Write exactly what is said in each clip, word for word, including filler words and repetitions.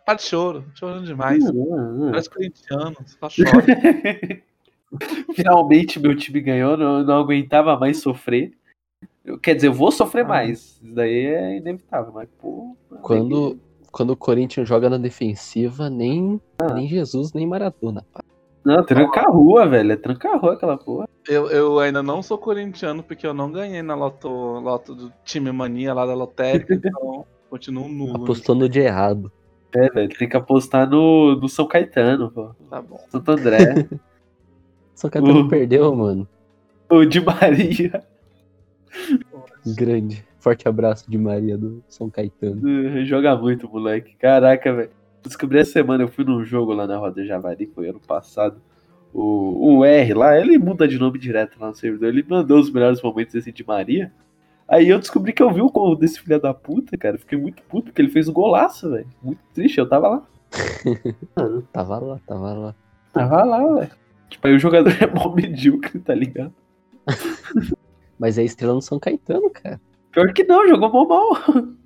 Para de choro, chorando demais. Hum, hum. Parece corintiano, só chora. Finalmente meu time ganhou, não, não aguentava mais sofrer. Eu, quer dizer, eu vou sofrer Ah. mais. Isso daí é inevitável, mas pô. Quando, quando o Corinthians joga na defensiva, nem, Ah. nem Jesus, nem Maradona. Pá. Não, tranca a rua, velho. É tranca a rua aquela porra. Eu, eu ainda não sou corintiano porque eu não ganhei na loto, loto do time mania lá da lotérica, então continuo nulo. Apostou no dia errado. É, velho. Tem que apostar no, no São Caetano, pô. Tá bom. Santo André. São Caetano Uh. perdeu, mano. O Di Maria. Grande. Forte abraço de Maria do São Caetano. Uh, joga muito, moleque. Caraca, velho. Descobri essa semana, eu fui num jogo lá na Roda Javari, foi ano passado. O, o R lá, ele muda de nome direto lá no servidor. Ele mandou os melhores momentos assim de Maria. Aí eu descobri que eu vi o gol desse filho da puta, cara. Fiquei muito puto, porque ele fez um golaço, velho. Muito triste, eu tava lá. Mano, Tava lá, tava lá. tava lá, velho. Tipo, aí o jogador é mó medíocre, tá ligado? Mas é estrela no São Caetano, cara. Pior que não, jogou mó mal.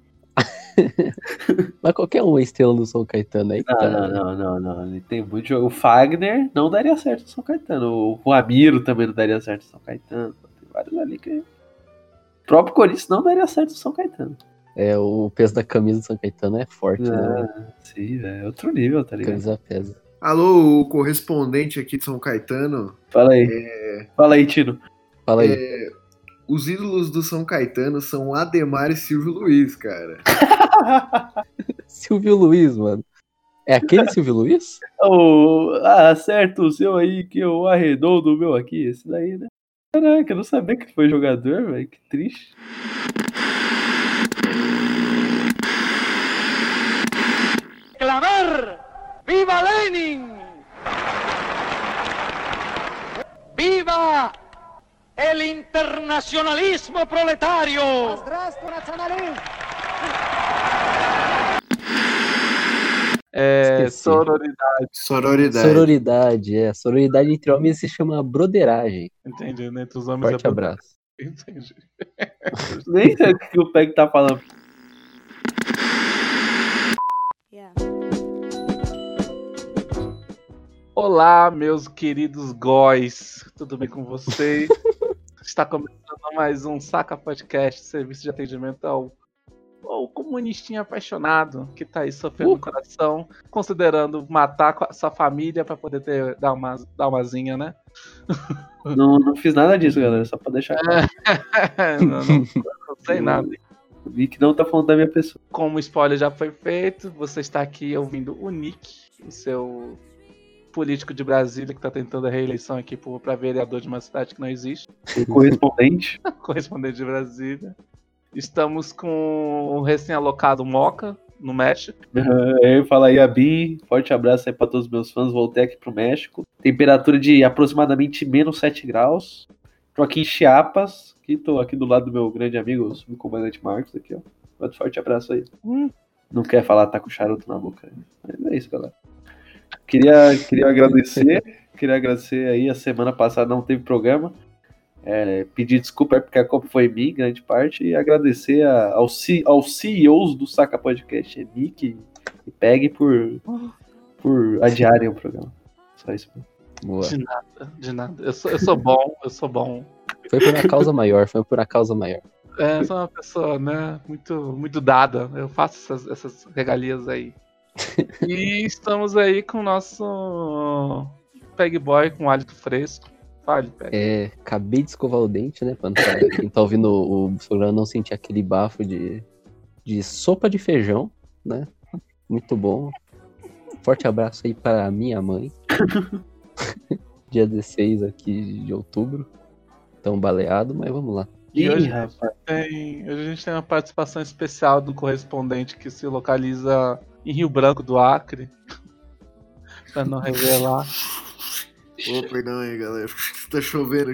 Mas qualquer um é estrela do São Caetano aí. Não, tá. não, não, não, não. Ele tem muito jogo. O Fagner não daria certo no São Caetano. O Ramiro também não daria certo no São Caetano. Tem vários ali que. O próprio Corinthians não daria certo no São Caetano. É, o peso da camisa do São Caetano é forte, né? Ah, sim, é outro nível, tá A ligado? camisa pesa. Alô, o correspondente aqui de São Caetano. Fala aí. É, Fala aí, Tino. Fala aí. é, os ídolos do São Caetano são Ademar e Silvio Luiz, cara. Silvio Luiz, mano. É aquele Silvio Luiz? Oh, ah, certo, o seu aí que eu arredondo o meu aqui. Esse daí, né? Caraca, eu não sabia que foi jogador, velho. Que triste. Clamar! ¡Viva Lenin! ¡Viva el internacionalismo proletario! É, Esqueci. sororidade, Sororidade. Sororidade, é. Sororidade entre homens se chama broderagem. entendi, né? Entre os homens Forte é abraço. Entendi. Nem sei o que o Peg tá falando. Yeah. Olá, meus queridos góis, tudo bem com vocês? Está começando mais um Saca Podcast, serviço de atendimento ao, ao comunistinha apaixonado que tá aí sofrendo Uh. no coração, considerando matar a sua família pra poder ter, dar, uma, dar umazinha, né? Não, não fiz nada disso, galera. Só pra deixar claro. não, não, não sei nada. Vi que não tá falando da minha pessoa. Como o spoiler já foi feito, você está aqui ouvindo o Nick, o seu político de Brasília que tá tentando a reeleição aqui para vereador de uma cidade que não existe. O correspondente. Correspondente de Brasília. Estamos com o recém-alocado Moca, no México. Eu falo aí, Abi. Forte abraço aí pra todos os meus fãs. Voltei aqui pro México. Temperatura de aproximadamente menos sete graus. Tô aqui em Chiapas. Que tô aqui do lado do meu grande amigo, o subcomandante Marcos. Aqui, ó. Outro forte abraço aí. Hum. Não quer falar, tá com charuto na boca. Mas é isso, galera. Queria, queria agradecer. Queria agradecer aí. A semana passada não teve programa. É, pedir desculpa porque a culpa foi minha, em grande parte. E agradecer a, aos, C, aos C E Os do Saca Podcast, Nick e Peg, por, por adiarem o programa. Só isso. Boa. De nada, de nada. Eu sou, eu sou bom, eu sou bom. Foi por uma causa maior, foi por uma causa maior. É, eu sou uma pessoa, né, muito, muito dada. Eu faço essas, essas regalias aí. E estamos aí com o nosso Peg Boy com hálito fresco. Fale, Peg. É, acabei de escovar o dente, né? Pra não tá, quem tá ouvindo o, o programa não sentir aquele bafo de, de sopa de feijão, né? Muito bom. Forte abraço aí para minha mãe. Dia dezesseis aqui de outubro. Tão baleado, mas vamos lá. E Ih, hoje, rapaz. tem, hoje a gente tem uma participação especial do correspondente que se localiza em Rio Branco do Acre. Pra não revelar. Ô, perdão aí, galera. Tá chovendo.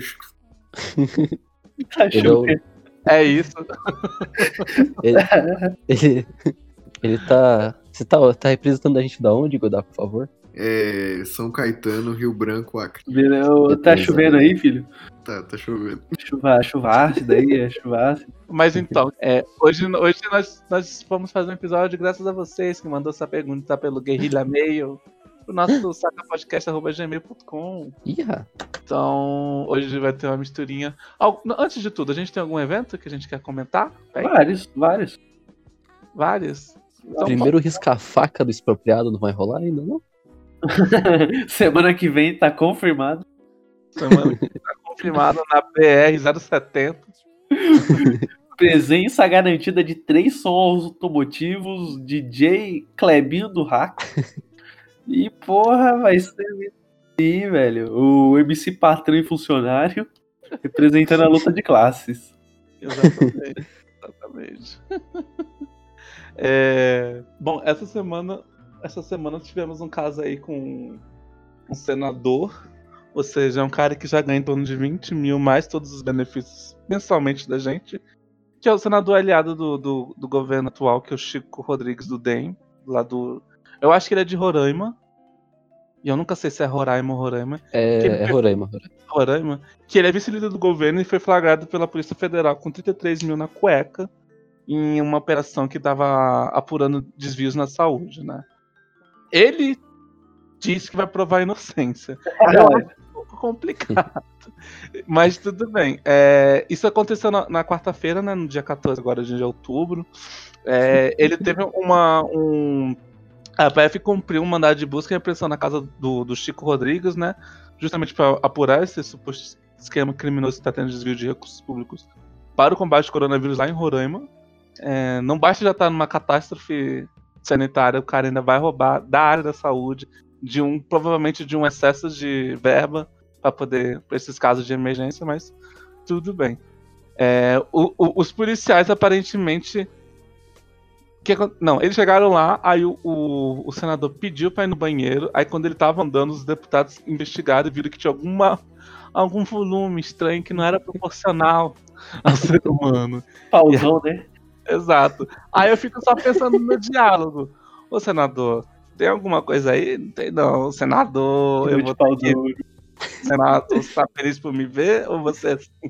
Tá Ele, é o- chovendo. É isso. ele, ele, ele tá. Você tá, tá representando a gente da onde, Godá, por favor? É, São Caetano, Rio Branco, Acre. Beleza, tá Beleza. chovendo aí, filho? Tá, tá chovendo. Chuva, chuva ácida aí, é chuva ácida. Mas então, é, hoje, hoje nós, nós vamos fazer um episódio graças a vocês que mandou essa pergunta pelo Guerrilha Mail, pro nosso sacapodcast arroba gmail ponto com. Ih, Então, hoje vai ter uma misturinha. Al- não, Antes de tudo, a gente tem algum evento que a gente quer comentar? Tem? Vários, vários. Vários? Então, primeiro risca-faca do expropriado não vai rolar ainda, não? Semana que vem tá confirmado. semana que tá confirmado na P R zero setenta. Presença garantida de três sons automotivos, D J Clebinho do Hack. E porra, vai ser aí, velho. O M C patrão e funcionário representando a luta de classes. Exatamente. Exatamente. É, bom, essa semana, essa semana tivemos um caso aí com um senador, ou seja, um cara que já ganha em torno de vinte mil mais todos os benefícios mensalmente da gente, que é o senador aliado do, do, do governo atual, que é o Chico Rodrigues do D E M, lá do... Eu acho que ele é de Roraima, e eu nunca sei se é Roraima ou Roraima, É, Que ele- é Roraima. Roraima. Roraima, que ele é vice-líder do governo e foi flagrado pela Polícia Federal com trinta e três mil na cueca em uma operação que estava apurando desvios na saúde, né? Ele disse que vai provar a inocência. Eu acho um pouco complicado. Mas tudo bem. É, isso aconteceu na, na quarta-feira, né? No dia quatorze agora de outubro. É, ele teve uma... Um, a P F cumpriu um mandado de busca e apreensão na casa do, do Chico Rodrigues, né? Justamente para apurar esse suposto esquema criminoso que está tendo desvio de recursos públicos para o combate ao coronavírus lá em Roraima. É, não basta já estar numa catástrofe sanitária, o cara ainda vai roubar da área da saúde, de um provavelmente de um excesso de verba para poder para esses casos de emergência, mas tudo bem. É, o- o- os policiais aparentemente que acon- não, eles chegaram lá, aí o, o, o senador pediu pra ir no banheiro, aí quando ele tava andando, os deputados investigaram e viram que tinha alguma, algum volume estranho que não era proporcional ao ser humano. Pausão, né? Exato. Aí eu fico só pensando no diálogo. Ô senador, tem alguma coisa aí? Não tem não, senador, eu de vou ter que... pausão. Senador, você tá feliz por me ver? Ou você é assim?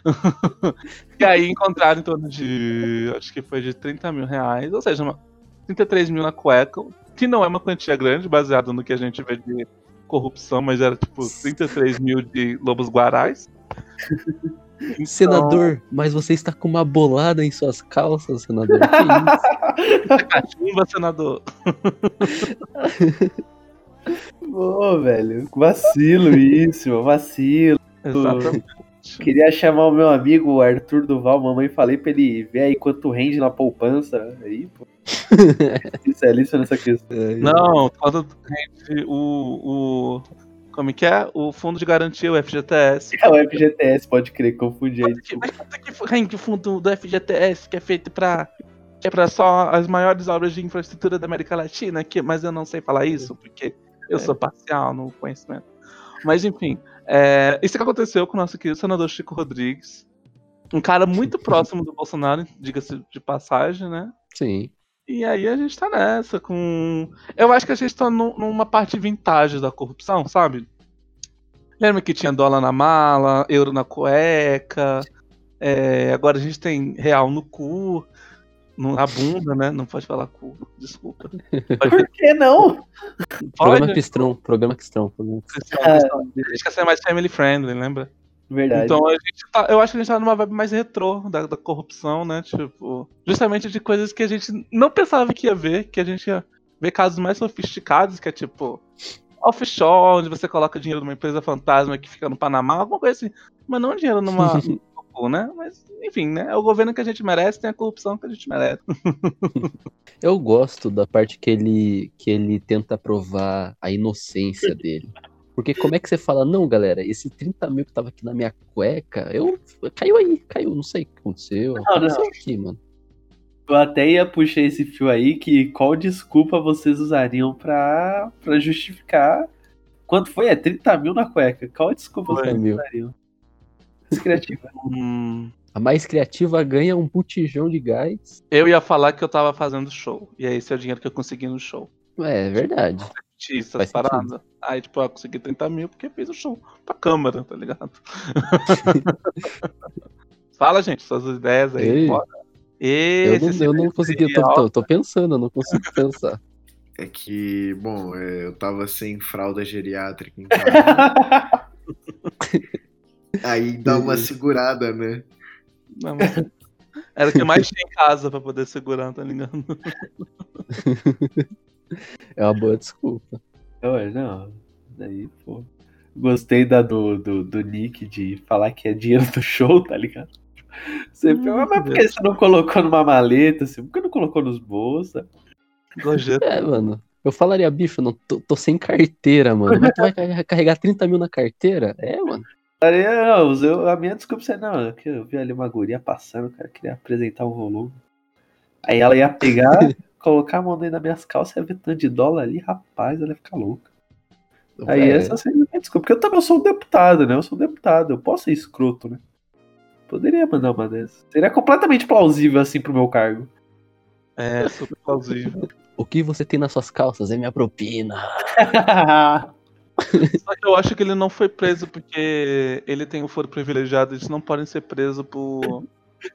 E aí encontraram em torno de. Acho que foi de trinta mil reais, ou seja, uma, trinta e três mil na cueca, que não é uma quantia grande, baseado no que a gente vê de corrupção, mas era tipo trinta e três mil de lobos guarais. Então, Senador, mas você está com uma bolada em suas calças, senador. Que isso? cachimba, senador. Pô, velho, vacilo isso, vacilo. Exatamente. Queria chamar o meu amigo o Arthur Duval, mamãe, falei pra ele ver aí quanto rende na poupança. Aí, pô. Especialista nessa questão. Não, quando rende o, o. Como é que é? O Fundo de Garantia, o F G T S. É o F G T S, pode crer, confundi aí. Mas quanto que rende o fundo do F G T S, que é feito pra. Que é pra só as maiores obras de infraestrutura da América Latina, que, mas eu não sei falar isso, porque eu sou parcial no conhecimento. Mas enfim, é, isso que aconteceu com o nosso querido senador Chico Rodrigues. Um cara muito próximo do Bolsonaro, diga-se de passagem, né? Sim. E aí a gente tá nessa com... Eu acho que a gente tá num- numa parte vintage da corrupção, sabe? Lembra que tinha dólar na mala, euro na cueca, é, agora a gente tem real no cu, no- na bunda, né? Não pode falar cu, desculpa. Pode, Por que não? Programa pode? Pistrão, programa Pistrão. Programa Pistrão. A gente quer ser mais family friendly, lembra? Verdade. Então a gente tá, eu acho que a gente tá numa vibe mais retrô da, da corrupção, né? Tipo, justamente de coisas que a gente não pensava que ia ver, que a gente ia ver casos mais sofisticados, que é tipo offshore, onde você coloca dinheiro numa empresa fantasma que fica no Panamá, alguma coisa assim. Mas não dinheiro numa. no, né? Mas, enfim, né? É o governo que a gente merece, tem a corrupção que a gente merece. Eu gosto da parte que ele, que ele tenta provar a inocência dele. Porque como é que você fala, não, galera, esse trinta mil que tava aqui na minha cueca, eu caiu aí, caiu, não sei o que aconteceu. Não, aconteceu não. aqui, mano. Eu até ia puxar esse fio aí, que qual desculpa vocês usariam pra, pra justificar quanto foi? É trinta mil na cueca. Qual desculpa trinta vocês mil. usariam? Descriativa. Hum, A mais criativa ganha um botijão de gás. eu ia falar que eu tava fazendo show. E aí esse é o dinheiro que eu consegui no show. É, é verdade. artista, Faz essa sentido. parada. Aí, tipo, eu consegui trinta mil porque fez o show pra câmera, tá ligado? Fala, gente, suas ideias aí. Ei, Bora. Eu Esse não, eu não silêncio consegui, eu aí, tô, ó. tô, tô pensando, eu não consigo pensar. É que, bom, é, eu tava sem fralda geriátrica em casa. Aí dá uma segurada, né? Não, mas era o que mais tinha em casa pra poder segurar, tá ligado? É uma boa desculpa. Ué, não, daí, pô. Gostei da do, do, do Nick de falar que é dinheiro do show, tá ligado? Você Hum, mas por que você não colocou numa maleta, assim? Por que não colocou nos bolsos? Gorjeta. É, mano. Eu falaria, bicho, eu não tô, tô sem carteira, mano. Mas tu vai car- carregar trinta mil na carteira? É, mano. Aí, não, eu- a minha desculpa é não, é que eu vi ali uma guria passando, cara, queria apresentar um volume. Aí ela ia pegar, colocar a mão dentro das minhas calças, ia ver tanto de dólar ali, rapaz, ela ia ficar louca. Aí É, essa seria a minha desculpa, porque eu também sou um deputado, né? Eu sou um deputado, eu posso ser escroto, né? Poderia mandar uma dessas. Seria completamente plausível, assim, pro meu cargo. É, super plausível. O que você tem nas suas calças é minha propina. Só que eu acho que ele não foi preso porque ele tem o foro privilegiado, eles não podem ser presos por.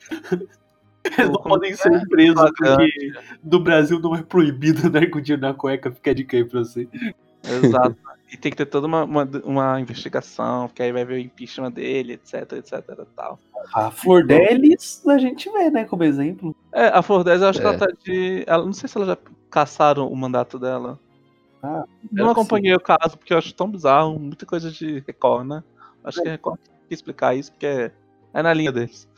Eles não podem ser presos porque no Brasil não é proibido andar com dinheiro na cueca, fica de quem pra você. Exato. E tem que ter toda uma, uma, uma investigação, porque aí vai ver o impeachment dele, etc, etc e tal. A Flor Delis a gente vê, né, como exemplo. É, a Flor dez, eu acho É. que ela tá de. Ela, não sei se ela já cassaram o mandato dela. Ah, não é acompanhei o caso porque eu acho tão bizarro, muita coisa de Record, né? Acho que a Record tem que explicar isso porque é, é na linha deles.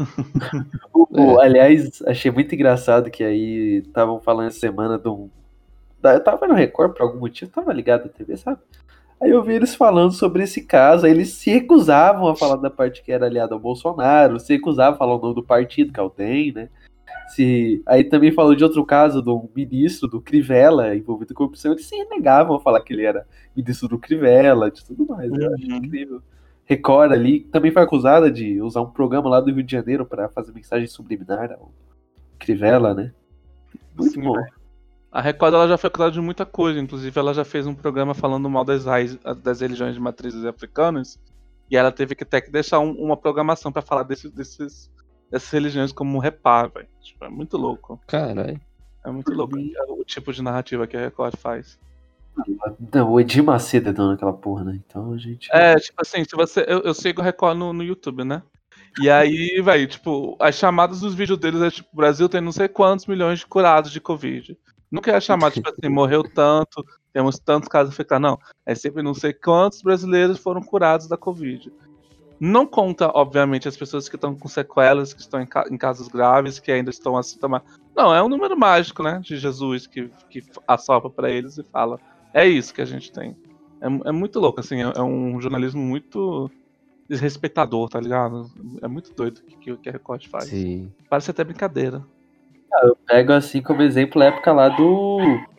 O- o- Aliás, achei muito engraçado que aí estavam falando essa semana de um. da- Eu tava no Record por algum motivo, tava ligado à T V, sabe? Aí eu vi eles falando sobre esse caso, aí eles se recusavam a falar da parte que era aliada ao Bolsonaro, se recusavam a falar o nome do partido, que é o D E M, né? Se... Aí também falou de outro caso do ministro, do Crivella, envolvido em corrupção, eles se negavam a falar que ele era ministro do Crivella, de tudo mais. Eu acho Uhum. incrível. Record ali também foi acusada de usar um programa lá do Rio de Janeiro para fazer mensagem subliminar ao Crivella, né? Muito Sim, bom. velho. A Record ela já foi acusada de muita coisa, inclusive ela já fez um programa falando mal das, raiz, das religiões de matrizes africanas, e ela teve que até que deixar um- uma programação pra falar desse, desses, dessas religiões como reparo, velho. Tipo, é muito louco. Caralho. É muito louco é o tipo de narrativa que a Record faz. Não, o Edir Macedo é dono daquela porra, né? Então a gente. É, tipo assim, se você. Eu, eu sigo o Record no, no YouTube, né? E aí, velho, tipo, as chamadas dos vídeos deles é tipo, o Brasil tem não sei quantos milhões de curados de Covid. Nunca é chamado, tipo assim, morreu tanto, temos tantos casos infectados. Não, é sempre não sei quantos brasileiros foram curados da Covid. Não conta, obviamente, as pessoas que estão com sequelas, que estão em, ca- em casos graves, que ainda estão assintomáticos. Não, é um número mágico, né, de Jesus que, que assopra pra eles e fala, é isso que a gente tem. É, é muito louco, assim, é, é um jornalismo muito desrespeitador, tá ligado? É muito doido o que, que a Record faz. Sim. Parece até brincadeira. Eu pego assim como exemplo a época lá do.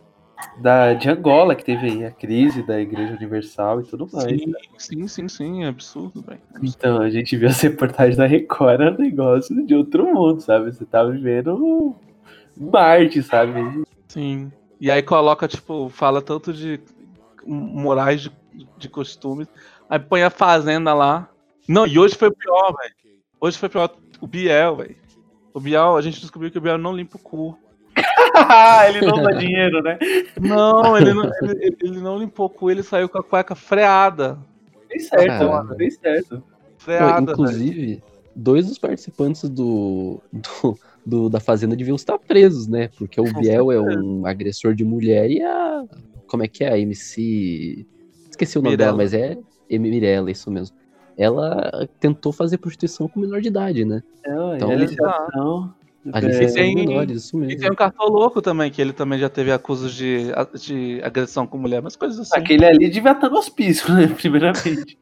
Da, de Angola, que teve aí a crise da Igreja Universal e tudo mais. Sim, sim, sim, sim, é absurdo, velho. Então, a gente viu as reportagens da Record, era um negócio de outro mundo, sabe? Você tá vivendo Marte, sabe? Sim. E aí coloca, tipo, fala tanto de morais de, de costumes. Aí põe a fazenda lá. Não, e hoje foi o pior, velho. Hoje foi pior o Biel, velho. O Biel, a gente descobriu que o Biel não limpa o cu. Ele não dá dinheiro, né? Não, ele não, ele, ele não limpou o cu, ele saiu com a cueca freada. Bem certo, Caramba. mano, bem certo. Freada, Pô, inclusive, dois dos participantes do, do, do- da Fazenda deviam estar presos, né? Porque o Com Biel é um agressor de mulher e a. Como é que é? A M C. Esqueci o nome Mirella. dela, mas é M. Mirella, isso mesmo. Ela tentou fazer prostituição com menor de idade, né? Então, Então, aliciação. Aliciação tem- de menores, isso E mesmo. tem um cartoloco também, que ele também já teve acusos de, de agressão com mulher, mas coisas assim. Aquele ali devia estar no hospício, né? Primeiramente.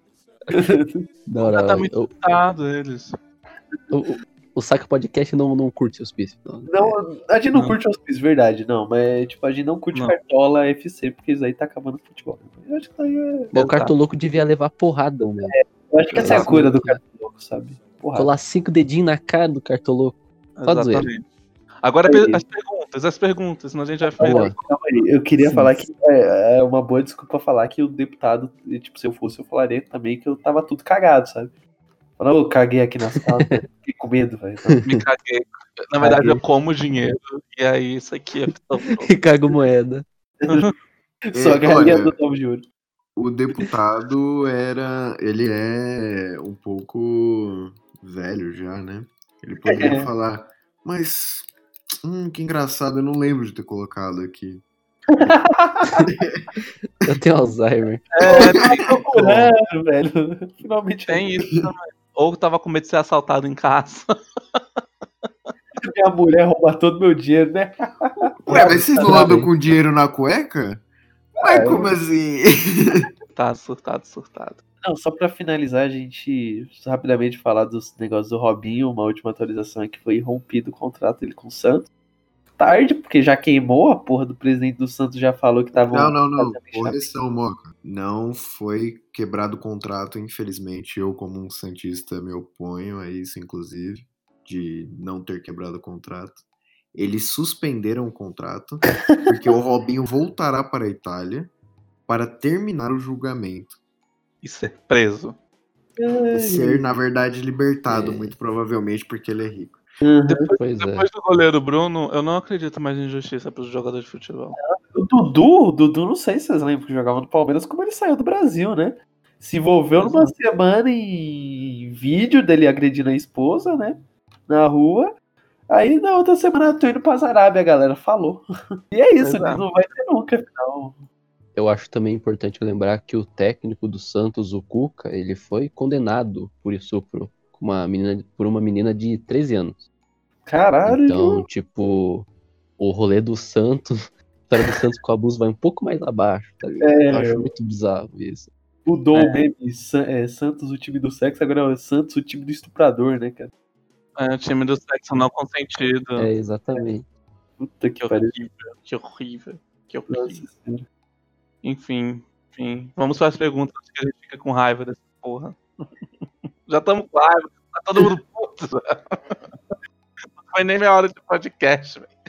Da hora, Completamente o, Coitado, eles. o, o, o Saca Podcast não, não curte hospício. Não. Não, a gente não, Não. curte hospício, verdade, não. Mas, tipo, a gente não curte Não. Cartola F C, porque isso aí tá acabando com o futebol. Eu acho que, isso aí é... Mas o Cartoloco devia levar porradão, mesmo. Eu acho que essa é a Exato. cura do Cartoloco, sabe? Porra. Colar cinco dedinhos na cara do Cartoloco. Só zoeira. Exatamente. Agora Aí. as perguntas. perguntas, as perguntas, senão a gente vai Vamos falar. lá. Calma aí, eu queria Sim, falar sim. que é, é uma boa desculpa falar que o deputado, e, tipo, se eu fosse, eu falaria também que eu tava tudo cagado, sabe? Falar, eu caguei aqui nas calças, fiquei com medo, velho. Então, Me caguei. Na verdade, Caguei. eu como dinheiro. E aí, isso aqui é. Ricardo Moeda. Só a É, galinha olha, do Novo de Ouro. o deputado era. Ele é um pouco velho já, né? Ele poderia É. falar, mas. Hum, que engraçado, eu não lembro de ter colocado aqui. Eu tenho Alzheimer. É, tem, Procurando, velho. Finalmente tem isso também. Ou tava com medo de ser assaltado em casa. minha mulher rouba todo o meu dinheiro, né? Ué, mas vocês não Tudo andam bem. com dinheiro na cueca? Ué, como assim? Tá surtado, surtado. Não, só pra finalizar, a gente rapidamente falar dos negócios do Robinho. Uma última atualização é que foi rompido o contrato dele com o Santos. Tarde, porque já queimou, a porra do presidente do Santos já falou que tava. Não, não, não. Correção, Moca. Não foi quebrado o contrato, infelizmente. Eu, como um santista, me oponho a isso, inclusive, de não ter quebrado o contrato. Eles suspenderam o contrato, porque o Robinho voltará para a Itália para terminar o julgamento. E ser preso. E ser, na verdade, libertado, muito provavelmente, porque ele é rico. Depois, Pois é. depois do goleiro Bruno, eu não acredito mais em justiça pros jogadores de futebol. O Dudu, o Dudu, não sei se vocês lembram que jogava no Palmeiras, como ele saiu do Brasil, né? Se envolveu numa semana em vídeo dele agredindo a esposa, né? Na rua. Aí na outra semana eu tô indo pra Arábia, a galera falou. E é isso, Pois é. não vai ter nunca, não. Eu acho também importante lembrar que o técnico do Santos, o Cuca, ele foi condenado por estupro com uma menina, por uma menina de treze anos. Caralho. Então, tipo, o rolê do Santos, a história do Santos com o abuso vai um pouco mais abaixo, tá ligado? É. Eu acho muito bizarro isso. Mudou É. o meme. Sa- é, Santos, o time do sexo, agora é Santos, o time do estuprador, né, cara? É, o time do sexo não consentido. É, exatamente. Puta Que que pariu. horrível, que horrível, que Nossa horrível. Senhora. Enfim, enfim. Vamos para as perguntas que a gente fica com raiva dessa porra. Já estamos com raiva, tá todo mundo puto. Não foi nem minha hora de podcast, velho.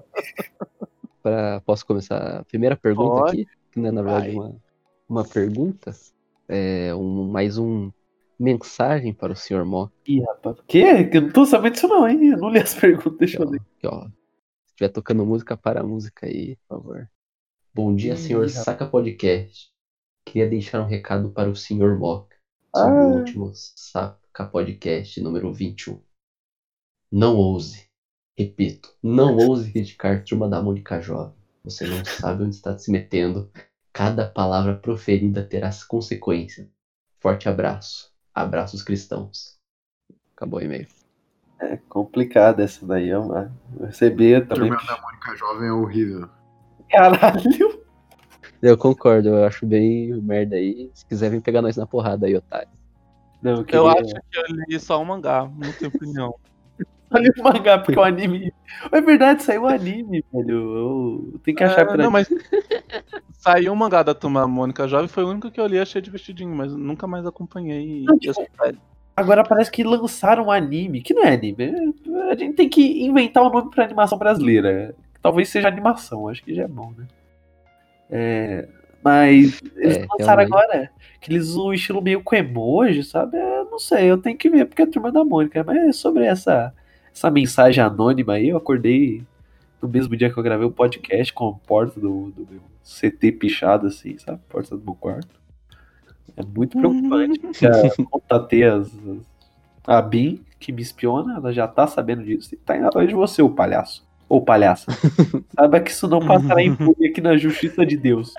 Pra, posso começar a primeira pergunta Pode. aqui? Que não é, na verdade, Vai. uma, uma pergunta. É um, mais um mensagem para o senhor Mó. Ih, rapaz. Que? Que eu não tô sabendo disso não, hein? Eu não li as perguntas, deixa Aqui, eu ó, ler. aqui, ó. Se estiver tocando música, para a música aí, por favor. Bom dia, Ih, senhor rapaz. Saca Podcast. Queria deixar um recado para o senhor Mock sobre Ah. o último Saca Podcast número vinte e um. Não ouse, repito, não ouse criticar Turma da Mônica Jovem. Você não sabe onde está se metendo. Cada palavra proferida terá consequências. Forte abraço. Abraços cristãos. Acabou o e-mail. É complicado essa daí, é uma... eu recebi também. Turma da Mônica Jovem é horrível. Caralho. Eu concordo, eu acho bem merda aí. Se quiser, vem pegar nós na porrada aí, otário. Não, eu Eu queria... acho que eu li só o mangá, não tenho opinião. Olha o mangá, porque o anime... É verdade, saiu o anime, velho. Eu tenho que achar É, pra... não, mas saiu o mangá da Turma da Mônica Jovem, foi o único que eu li, achei divertidinho, mas nunca mais acompanhei. Não, Eu tipo, sou velho. Agora parece que lançaram um anime, que não é anime. é- A gente tem que inventar um nome pra animação brasileira. Talvez seja animação, acho que já é bom, né? É, mas eles É, lançaram realmente. agora que eles usam um estilo meio com emoji, sabe? Eu não sei, eu tenho que ver porque é a Turma da Mônica. Mas sobre essa, essa mensagem anônima aí, eu acordei no mesmo dia que eu gravei o podcast com a porta do, do meu C T pichado assim, sabe? Porta do meu quarto. É muito preocupante. Já contatei as, as- a Bin, que me espiona, ela já tá sabendo disso e tá indo atrás de você, ô palhaço. Ou palhaça. Saiba que isso não passará impune aqui na justiça de Deus.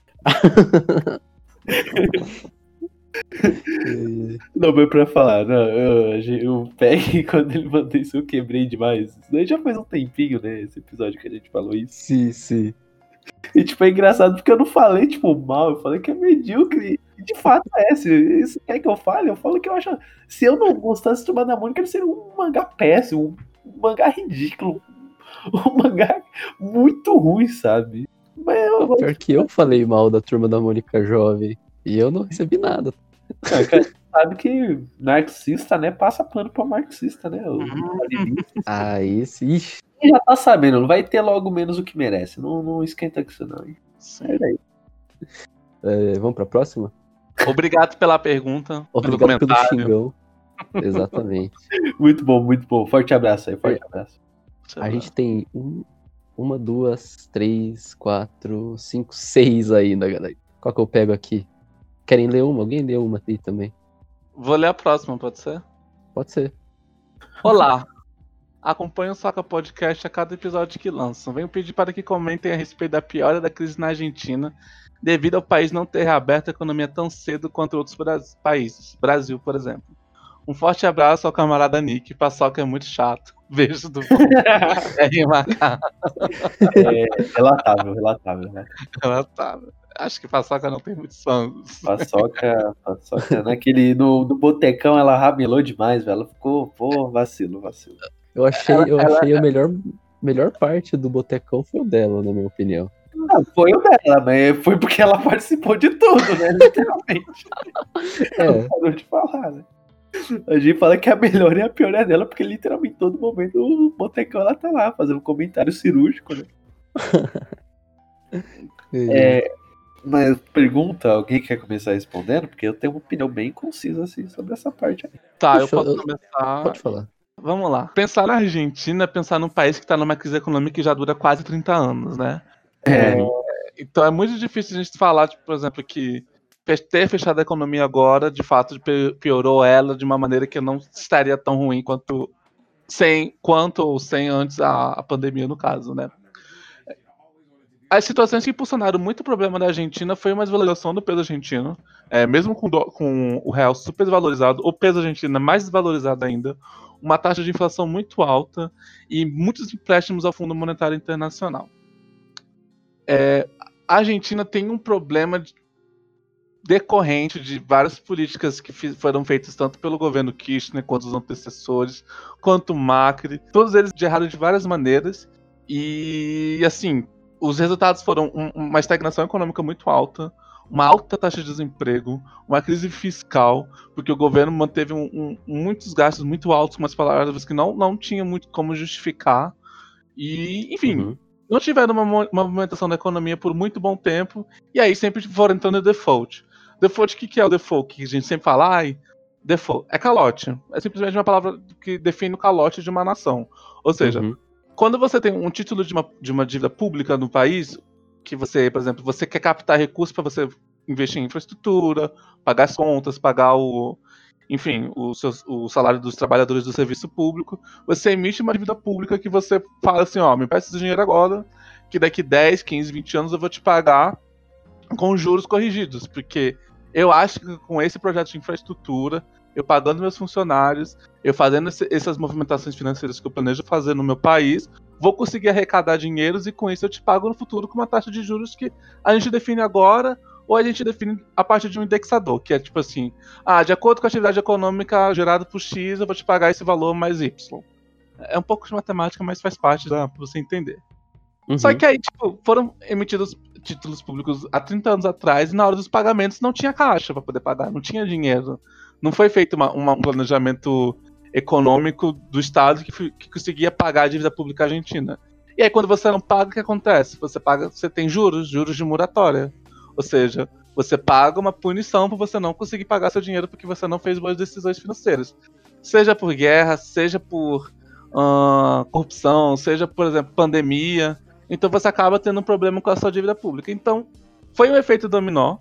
Não, mas pra falar, não, eu, eu peguei quando ele mandou isso, eu quebrei demais. Isso daí já faz um tempinho, né? Esse episódio que a gente falou isso. Sim, sim. E tipo, é engraçado porque eu não falei, tipo, mal, eu falei que é medíocre. E de fato é, se isso quer que eu fale, eu falo que eu acho. Se eu não gostasse de Turma da Mônica, ele seria um mangá péssimo, um mangá ridículo, um mangá muito ruim, sabe? Mas eu Pior que eu falei mal da Turma da Mônica Jovem. E eu não recebi nada. Cara, cara, sabe que marxista, né, passa pano pra marxista, né? O- Ah, esse. Ixi, Quem já tá sabendo, não vai ter logo menos o que merece. Não, não esquenta com isso, não. Hein? Sim. É, vamos pra próxima? Obrigado pela pergunta. Obrigado pelo pelo comentário. xingão. Exatamente. Muito bom, muito bom. Forte abraço aí, forte abraço. A gente tem um, uma, duas, três, quatro, cinco, seis ainda, galera. Qual que eu pego aqui? Querem ler uma? Alguém lê uma aí também? Vou ler a próxima, pode ser? Pode ser. Olá! Acompanho o Saca Podcast a cada episódio que lançam. Venho pedir para que comentem a respeito da piora da crise na Argentina, devido ao país não ter reaberto a economia tão cedo quanto outros bra- países. Brasil, por exemplo. Um forte abraço ao camarada Nick. Paçoca é muito chato. Beijo do R M K. É, relatável, relatável, né? Ela tá. Acho que Paçoca não tem muitos fãs. Paçoca, paçoca, naquele, no, no botecão ela ramelou demais, velho. Ela ficou, pô, vacilo, vacilo. Eu achei, eu achei a melhor, melhor parte do Botecão foi o dela, na minha opinião. Não, foi o dela, mas foi porque ela participou de tudo, né? Literalmente. Ela É, parou de falar, né? A gente fala que a melhor e a pior é dela, porque literalmente todo momento o Botecão ela tá lá, fazendo um comentário cirúrgico, né? É, mas pergunta, alguém quer começar respondendo? Porque eu tenho uma opinião bem concisa assim sobre essa parte aí. Tá, eu Deixa eu- posso eu- começar. pode falar. Vamos lá. Pensar na Argentina é pensar num país que está numa crise econômica que já dura quase trinta anos, né? É, então é muito difícil a gente falar, tipo, por exemplo, que fe- ter fechado a economia agora, de fato, pe- piorou ela de uma maneira que não estaria tão ruim quanto sem, quanto ou sem antes a, a pandemia, no caso, né? As situações que impulsionaram muito o problema da Argentina foi uma desvalorização do peso argentino, é, mesmo com, do- com o real super desvalorizado, o peso argentino é mais desvalorizado ainda, uma taxa de inflação muito alta e muitos empréstimos ao Fundo Monetário Internacional. É, a Argentina tem um problema de- decorrente de várias políticas que fi- foram feitas tanto pelo governo Kirchner quanto os antecessores, quanto o Macri, todos eles erraram de várias maneiras e, assim, os resultados foram um- uma estagnação econômica muito alta, uma alta taxa de desemprego, uma crise fiscal, porque o governo manteve um- um- muitos gastos muito altos, com umas palavras que não, não tinha muito como justificar. E, enfim, Uhum. não tiveram uma, mo- uma movimentação da economia por muito bom tempo, e aí sempre foram entrando em default. Default, o que, que é o default? Que a gente sempre fala, ai, default. É calote. É simplesmente uma palavra que define o calote de uma nação. Ou seja, Uhum. quando você tem um título de uma, de uma dívida pública no país, que você, por exemplo, você quer captar recursos para você investir em infraestrutura, pagar as contas, pagar o, enfim, o, seu, o salário dos trabalhadores do serviço público, você emite uma dívida pública que você fala assim, ó, me empresta esse dinheiro agora, que daqui dez, quinze, vinte anos eu vou te pagar com juros corrigidos, porque eu acho que com esse projeto de infraestrutura, eu pagando meus funcionários, eu fazendo esse, essas movimentações financeiras que eu planejo fazer no meu país, vou conseguir arrecadar dinheiros e com isso eu te pago no futuro com uma taxa de juros que a gente define agora ou a gente define a partir de um indexador, que é tipo assim, ah, de acordo com a atividade econômica gerada por X, eu vou te pagar esse valor mais Y. É um pouco de matemática, mas faz parte da, pra você entender. Uhum. Só que aí, tipo, foram emitidos títulos públicos há trinta anos atrás e na hora dos pagamentos não tinha caixa para poder pagar, não tinha dinheiro. Não foi feito uma, uma, um planejamento econômico do Estado que, fi- que conseguia pagar a dívida pública argentina. E aí, quando você não paga, o que acontece? Você paga, você tem juros, juros de moratória. Ou seja, você paga uma punição por você não conseguir pagar seu dinheiro porque você não fez boas decisões financeiras. Seja por guerra, seja por ah, corrupção, seja, por exemplo, pandemia. Então você acaba tendo um problema com a sua dívida pública. Então, foi um efeito dominó.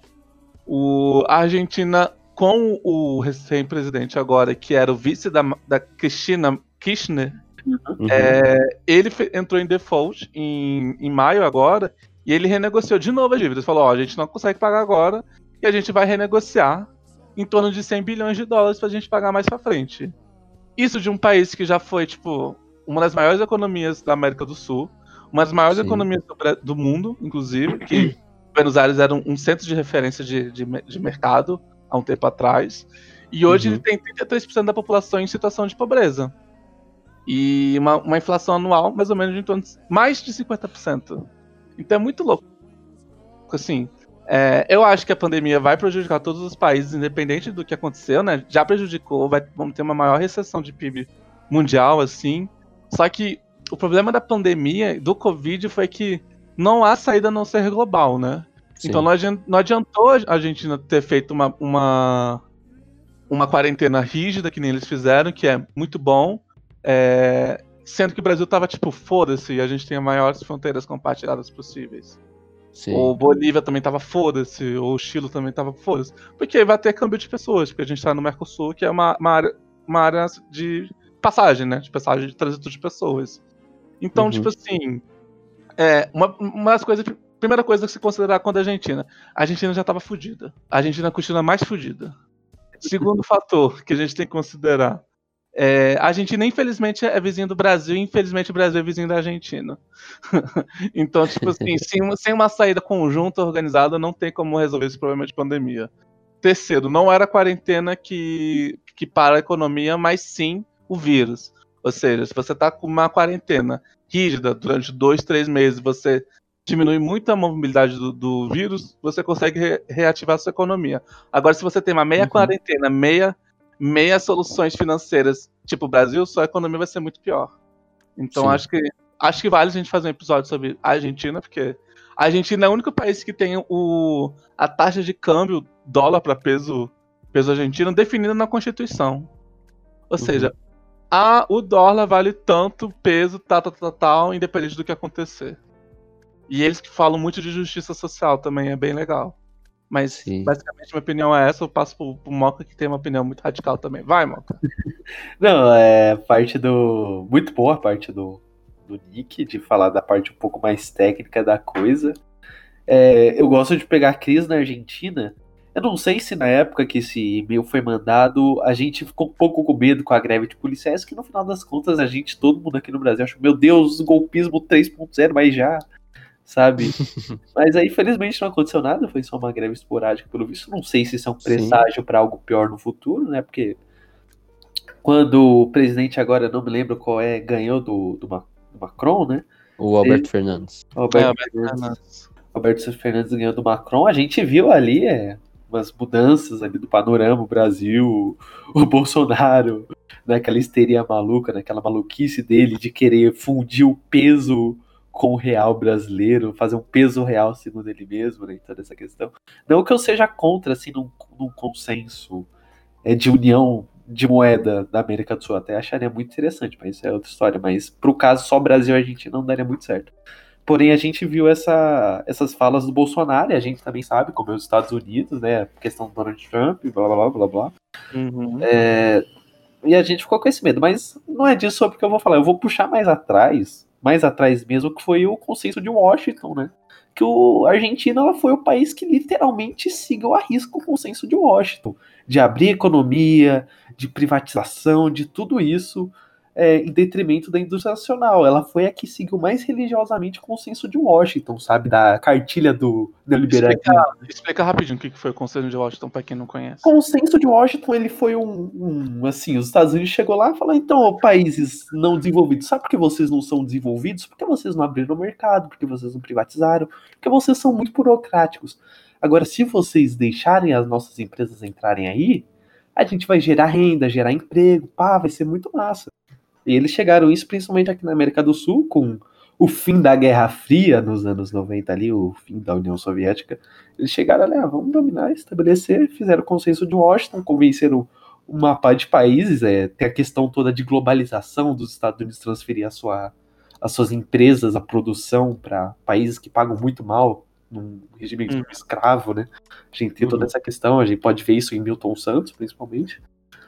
O, a Argentina, com o recém-presidente agora, que era o vice da, da Cristina Kirchner, Uhum. é, ele fe- entrou em default em, em maio agora, e ele renegociou de novo a dívida. Ele falou, ó, a gente não consegue pagar agora, e a gente vai renegociar em torno de cem bilhões de dólares pra gente pagar mais pra frente. Isso de um país que já foi, tipo, uma das maiores economias da América do Sul, uma das maiores Sim. economias do, Bra- do mundo, inclusive, que Buenos Aires era um, um centro de referência de, de, me- de mercado há um tempo atrás, e hoje Uhum. ele tem trinta e três por cento da população em situação de pobreza. E uma, uma inflação anual mais ou menos de em torno de mais de cinquenta por cento. Então é muito louco. Assim, é, eu acho que a pandemia vai prejudicar todos os países, independente do que aconteceu, né? Já prejudicou, vai, vamos ter uma maior recessão de P I B mundial, assim. Só que o problema da pandemia, do Covid, foi que não há saída a não ser global, né? Sim. Então não adian- não adiantou a Argentina ter feito uma, uma, uma quarentena rígida, que nem eles fizeram, que é muito bom, é, sendo que o Brasil tava tipo, foda-se, a gente tem as maiores fronteiras compartilhadas possíveis. Sim. Ou Bolívia também tava foda-se, ou o Chile também tava foda-se. Porque aí vai ter câmbio de pessoas, porque a gente tá no Mercosul, que é uma, uma, área, uma área de passagem, né? De passagem de trânsito de pessoas. Então, Uhum. tipo assim, é, uma, uma das coisas. Primeira coisa que se considerar quando a Argentina. A Argentina já tava fudida. A Argentina continua mais fudida. Segundo fator que a gente tem que considerar. É, a Argentina, infelizmente, é vizinho do Brasil, e infelizmente o Brasil é vizinho da Argentina. Então, tipo assim, sem, uma- sem uma saída conjunta, organizada, não tem como resolver esse problema de pandemia. Terceiro, não era a quarentena que, que para a economia, mas sim o vírus. Ou seja, se você tá com uma quarentena rígida durante dois, três meses, você diminui muito a mobilidade do, do vírus, você consegue re- reativar a sua economia. Agora, se você tem uma meia Uhum. quarentena, meia meia soluções financeiras, tipo o Brasil, sua economia vai ser muito pior. Então Sim. acho que acho que vale a gente fazer um episódio sobre a Argentina, porque a Argentina é o único país que tem o, a taxa de câmbio dólar para peso peso argentino definida na Constituição. Ou Uhum. seja, a, o dólar vale tanto peso, tal, tal, tal, tal, independente do que acontecer. E eles que falam muito de justiça social também, é bem legal. Mas, Sim. basicamente, minha opinião é essa. Eu passo pro, pro Moca, que tem uma opinião muito radical também. Vai, Moca. Não, é parte do. Muito boa a parte do, do Nick, de falar da parte um pouco mais técnica da coisa. É, eu gosto de pegar a crise na Argentina. Eu não sei se na época que esse e-mail foi mandado, a gente ficou um pouco com medo com a greve de policiais, que no final das contas a gente, todo mundo aqui no Brasil, achou, meu Deus, golpismo três ponto zero, mas já, sabe? Mas aí, infelizmente, não aconteceu nada, foi só uma greve esporádica, pelo visto. Não sei se isso é um Sim. presságio para algo pior no futuro, né? Porque quando o presidente, agora não me lembro qual é, ganhou do, do, Ma- do Macron, né? O Alberto Ele- Fernandes. Alberto, É, Fernandes, Fernandes. Alberto Fernandes ganhou do Macron, a gente viu ali é, umas mudanças ali do panorama, o Brasil, o Bolsonaro, naquela histeria maluca, naquela maluquice dele de querer fundir o peso com o real brasileiro, fazer um peso real segundo ele mesmo, né, em toda essa questão. Não que eu seja contra, assim, num, num consenso é, de união de moeda da América do Sul, até acharia muito interessante, mas isso é outra história, mas pro caso só Brasil e Argentina não daria muito certo. Porém, a gente viu essa, essas falas do Bolsonaro, e a gente também sabe, como é os Estados Unidos, né, a questão do Donald Trump, blá, blá, blá, blá, blá. Uhum. E a gente ficou com esse medo, mas não é disso sobre o que eu vou falar. Eu vou puxar mais atrás, mais atrás mesmo, que foi o consenso de Washington, né? Que o a Argentina ela foi o país que literalmente seguiu a risco o consenso de Washington, de abrir economia, de privatização, de tudo isso, é, em detrimento da indústria nacional. Ela foi a que seguiu mais religiosamente o consenso de Washington, sabe? Da cartilha do neoliberalismo. Explica, explica rapidinho o que que foi o Conselho de Washington, pra quem não conhece. O consenso de Washington, ele foi um, um, assim, os Estados Unidos chegou lá e falou, então, ó, países não desenvolvidos, sabe por que vocês não são desenvolvidos? Porque vocês não abriram o mercado, porque vocês não privatizaram, porque vocês são muito burocráticos. Agora, se vocês deixarem as nossas empresas entrarem aí, a gente vai gerar renda, gerar emprego, pá, vai ser muito massa. E eles chegaram isso principalmente aqui na América do Sul, com o fim da Guerra Fria nos anos noventa ali, o fim da União Soviética. Eles chegaram ali, ah, vamos dominar, estabelecer, fizeram o consenso de Washington, convenceram uma pá de países, é, tem a questão toda de globalização dos Estados Unidos transferir a sua, as suas empresas, a produção para países que pagam muito mal, num regime Hum. escravo, né? A gente tem toda Uhum. essa questão, a gente pode ver isso em Milton Santos, principalmente.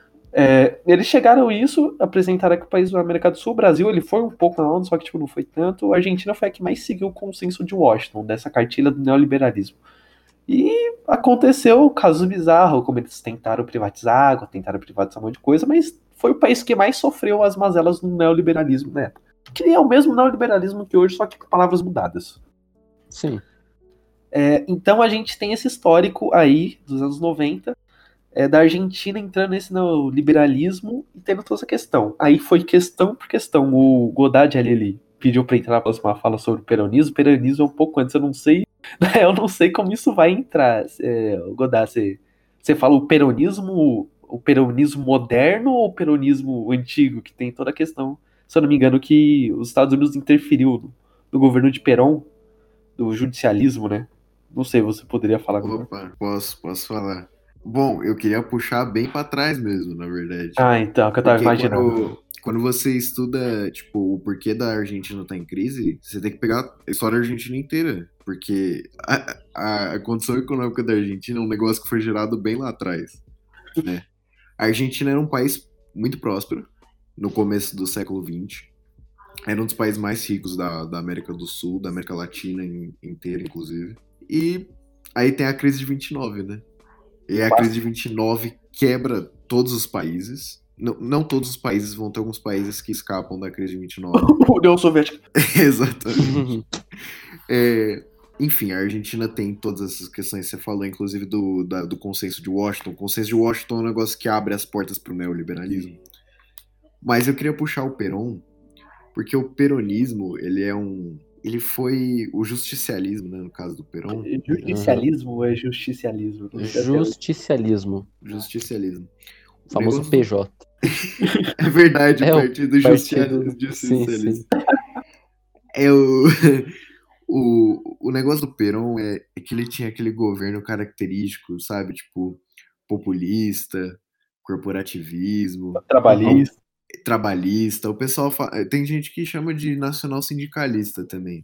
É, eles chegaram a isso, apresentaram aqui o país da América do Sul. O Brasil ele foi um pouco na onda, só que tipo, não foi tanto. A Argentina foi a que mais seguiu o consenso de Washington, dessa cartilha do neoliberalismo. E aconteceu casos bizarros, como eles tentaram privatizar água, tentaram privatizar um monte de coisa, mas foi o país que mais sofreu as mazelas do neoliberalismo na época. Que é o mesmo neoliberalismo que hoje, só que com palavras mudadas. Sim. É, então a gente tem esse histórico aí dos anos noventa, é, da Argentina entrando nesse neoliberalismo e tendo toda essa questão. Aí foi questão por questão. O Godard ali, ele pediu para entrar na próxima fala sobre o peronismo. O peronismo é um pouco antes, eu não sei. Eu não sei como isso vai entrar. É, Godard, você, você fala o peronismo, o peronismo moderno ou o peronismo antigo, que tem toda a questão se eu não me engano, que os Estados Unidos interferiu no, no governo de Perón, do judicialismo, né? Não sei, você poderia falar agora. Opa, posso, posso falar. Bom, eu queria puxar bem pra trás mesmo, na verdade. Ah, então, que eu tava Porque imaginando. quando, quando você estuda, tipo, o porquê da Argentina tá em crise, você tem que pegar a história da Argentina inteira. Porque a, a, a condição econômica da Argentina é um negócio que foi gerado bem lá atrás, né? A Argentina era um país muito próspero no começo do século vinte. Era um dos países mais ricos da, da América do Sul, da América Latina em, inteira, inclusive. E aí tem a crise de vinte e nove, né? E a crise de vinte e nove quebra todos os países. Não, não todos os países, vão ter alguns países que escapam da crise de vinte e nove. União Soviética. Exatamente. É, enfim, a Argentina tem todas essas questões que você falou, inclusive do, da, do consenso de Washington. O consenso de Washington é um negócio que abre as portas para o neoliberalismo. Mas eu queria puxar o Perón, porque o peronismo, ele é um... Ele foi o justicialismo, né, no caso do Perón. Judicialismo ou é justicialismo? Não sei até hoje. Justicialismo. Justicialismo. O famoso negócio- P J. É verdade, É, o o Partido partido- Justicialista. sim, sim. É o, o, o negócio do Perón é, é que ele tinha aquele governo característico, sabe? Tipo, populista, corporativismo, Trabalhista. trabalhista. O pessoal fa- tem gente que chama de nacional sindicalista também.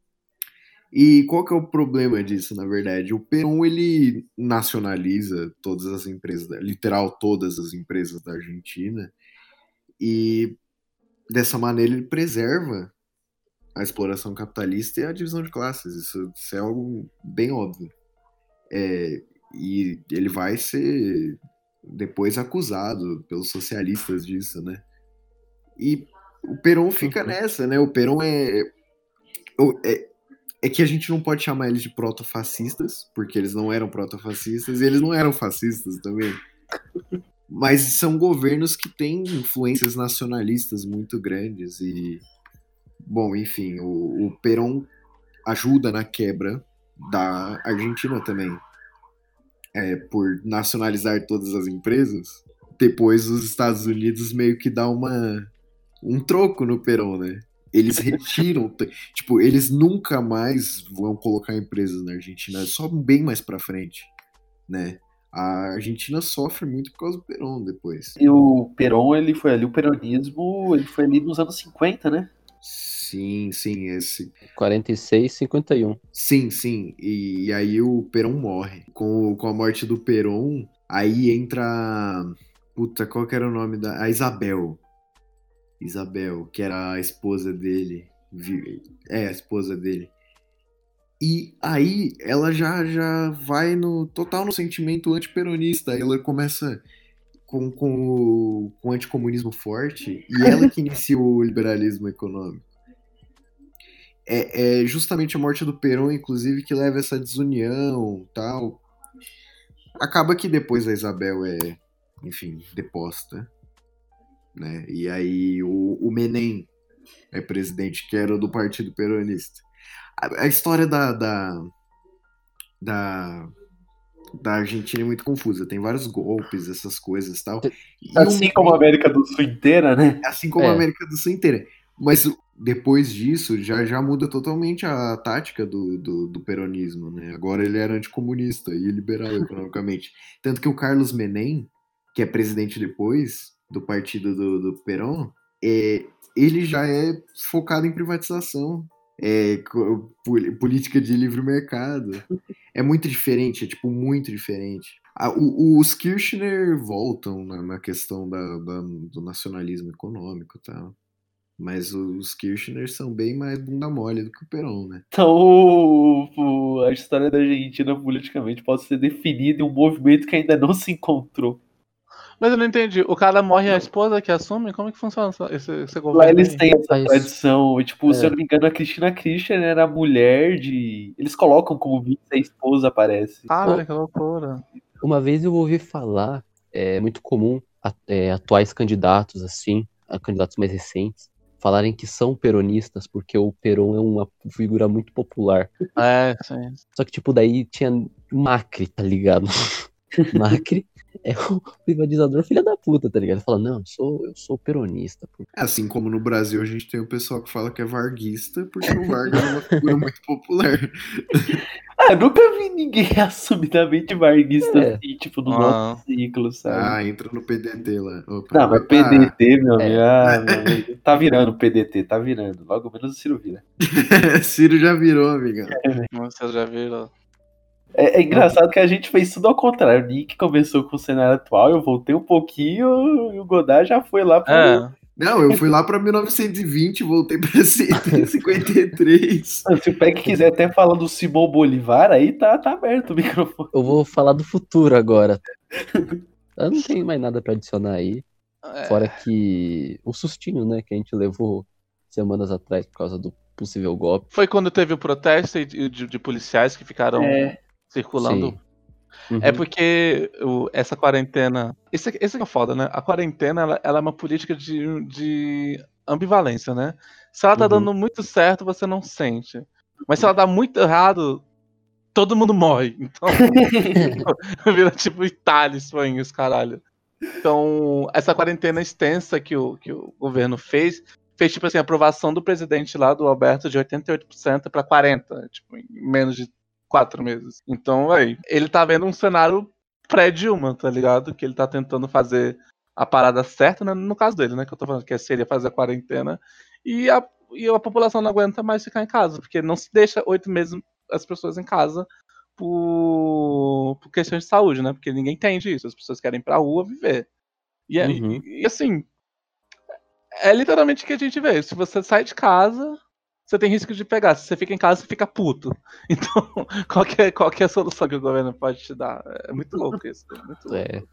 E qual que é o problema disso, na verdade? O Perón, ele nacionaliza todas as empresas, da- literal todas as empresas da Argentina, e dessa maneira ele preserva a exploração capitalista e a divisão de classes. Isso, isso é algo bem óbvio. É, e ele vai ser depois acusado pelos socialistas disso, né? E o Perón fica nessa, né? O Perón é, é, é que a gente não pode chamar eles de protofascistas, porque eles não eram protofascistas e eles não eram fascistas também. Mas são governos que têm influências nacionalistas muito grandes e, bom, enfim, o, o Perón ajuda na quebra da Argentina também, é, por nacionalizar todas as empresas. Depois os Estados Unidos meio que dá uma um troco no Perón, né? Eles retiram, tipo, eles nunca mais vão colocar empresas na Argentina, só bem mais pra frente, né? A Argentina sofre muito por causa do Perón depois. E o Perón, ele foi ali, o peronismo, ele foi ali nos anos cinquenta, né? Sim, sim, esse. quarenta e seis, cinquenta e um. Sim, sim. E, e aí o Perón morre. Com, com a morte do Perón, aí entra. Puta, qual que era o nome da. A Isabel. Isabel, que era a esposa dele. É, a esposa dele. E aí ela já, já vai no total no sentimento antiperonista. Ela começa com, com, o, com o anticomunismo forte e ela que inicia o liberalismo econômico. É, é justamente a morte do Perón, inclusive, que leva essa desunião tal. Acaba que depois a Isabel é, enfim, deposta. Né? E aí o, o Menem é presidente, que era do Partido Peronista. A, a história da, da, da, da Argentina é muito confusa. Tem vários golpes, essas coisas e tal. E assim o, como a América do Sul inteira, né? Assim como É. a América do Sul inteira. Mas depois disso, já, já muda totalmente a tática do, do, do peronismo, né? Agora ele era anticomunista e liberal economicamente. Tanto que o Carlos Menem, que é presidente depois do partido do, do Perón, é, ele já é focado em privatização, é, política de livre mercado. É muito diferente, é tipo muito diferente. Ah, o, os Kirchner voltam na, na questão da, da, do nacionalismo econômico e tal. Mas os Kirchner são bem mais bunda mole do que o Perón, né? Então, o, o, a história da Argentina politicamente pode ser definida em um movimento que ainda não se encontrou. Mas eu não entendi. O cara morre e a esposa que assume? Como é que funciona esse, esse governo? Lá eles aí? têm essa Ah, isso- tradição. E, tipo, é. se eu não me engano, a Cristina Kirchner era mulher de. Eles colocam como vice a esposa, parece. Cara, que loucura. Uma vez eu ouvi falar, é muito comum a- é, atuais candidatos, assim, a candidatos mais recentes, falarem que são peronistas, porque o Perón é uma figura muito popular. É, sim. Só que, tipo, daí tinha Macri, tá ligado? Macri, é o privatizador filha da puta, tá ligado? Ele fala, não, eu sou, eu sou peronista. Pô. Assim como no Brasil a gente tem o pessoal que fala que é varguista, porque o Vargas é uma figura muito popular. Ah, eu nunca vi ninguém assumidamente varguista É. assim, tipo, no Ah. nosso ciclo, sabe? Ah, entra no P D T lá. Opa, Não, mas opa. P D T, meu É. amigo, ah, meu amigo, tá virando P D T, tá virando. Logo menos o Ciro vira. Ciro já virou, amigão. Vocês já viram? É, é engraçado que a gente fez tudo ao contrário. O Nick começou com o cenário atual, eu voltei um pouquinho e o Godard já foi lá pro... É. Não, eu fui lá pra mil novecentos e vinte, voltei pra cinquenta e três. Se o Peck quiser até falar do Simão Bolivar, aí tá, tá aberto o microfone. Eu vou falar do futuro agora. Eu não tenho mais nada pra adicionar aí. É. Fora que o sustinho, né, que a gente levou semanas atrás por causa do possível golpe. Foi quando teve o protesto de, de- de policiais que ficaram É. circulando. Sim. Uhum. É porque o- essa quarentena. Esse, esse que é foda, né? A quarentena ela, ela é uma política de, de ambivalência, né? Se ela tá Uhum. dando muito certo, você não sente. Mas se ela dá muito errado, todo mundo morre. Então, vira tipo Itália, Espanha, esse caralho. Então, essa quarentena extensa que o, que o governo fez, fez tipo assim, a aprovação do presidente lá, do Alberto, de oitenta e oito por cento para quarenta por cento, tipo, em menos de quatro meses. Então, véi, ele tá vendo um cenário pré-Dilma, tá ligado? Que ele tá tentando fazer a parada certa, né? No caso dele, né? Que eu tô falando que seria fazer a quarentena. E a, e a população não aguenta mais ficar em casa, porque não se deixa oito meses as pessoas em casa por, por questões de saúde, né? Porque ninguém entende isso. As pessoas querem ir pra rua viver. E, é- Uhum. e, e, assim, é literalmente o que a gente vê. Se você sai de casa, você tem risco de pegar. Se você fica em casa, você fica puto. Então, qual que é, qual que é a solução que o governo pode te dar? É muito louco isso. É muito louco. É,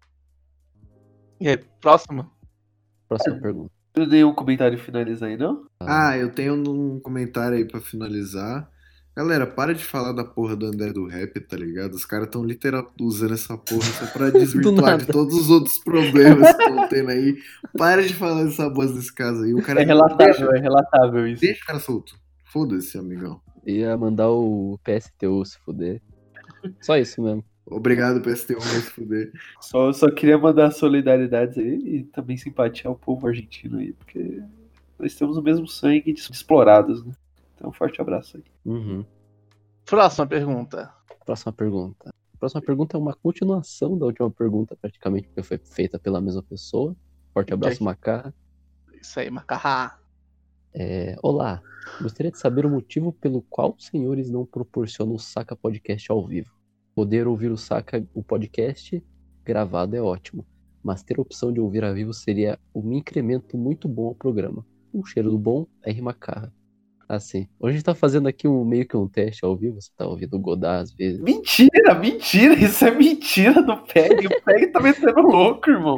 E aí, próximo? próxima pergunta. Não dei um comentário finalizar aí, não? Ah, eu tenho um comentário aí pra finalizar. Galera, para de falar da porra do André do Rap, tá ligado? Os caras tão literal usando essa porra só pra desvirtuar de nada. todos os outros problemas que estão tendo aí. Para de falar dessa voz desse caso aí. O cara É relatável, deixa, é relatável isso. deixa o cara solto. Foda-se, amigão. Ia mandar o P S T U se fuder. Só isso mesmo. Obrigado, P S T um, vai se fuder. Só, só queria mandar solidariedades aí e também simpatia ao povo argentino aí, porque nós temos o mesmo sangue de explorados, né? Então, um forte abraço aí. Uhum. Próxima pergunta. Próxima pergunta. Próxima pergunta é uma continuação da última pergunta, praticamente, porque foi feita pela mesma pessoa. Forte abraço, Ok. Macarra. Isso aí, macarrá. É, olá, gostaria de saber o motivo pelo qual os senhores não proporcionam o Saca Podcast ao vivo. Poder ouvir o Saca, o podcast gravado é ótimo, mas ter a opção de ouvir ao vivo seria um incremento muito bom ao programa. Um cheiro do bom, R. Macarra. Assim, hoje a gente tá fazendo aqui um, meio que um teste ao vivo, você tá ouvindo o Godard às vezes. Mentira, mentira, isso é mentira do Peg. O Peg tá metendo louco, irmão.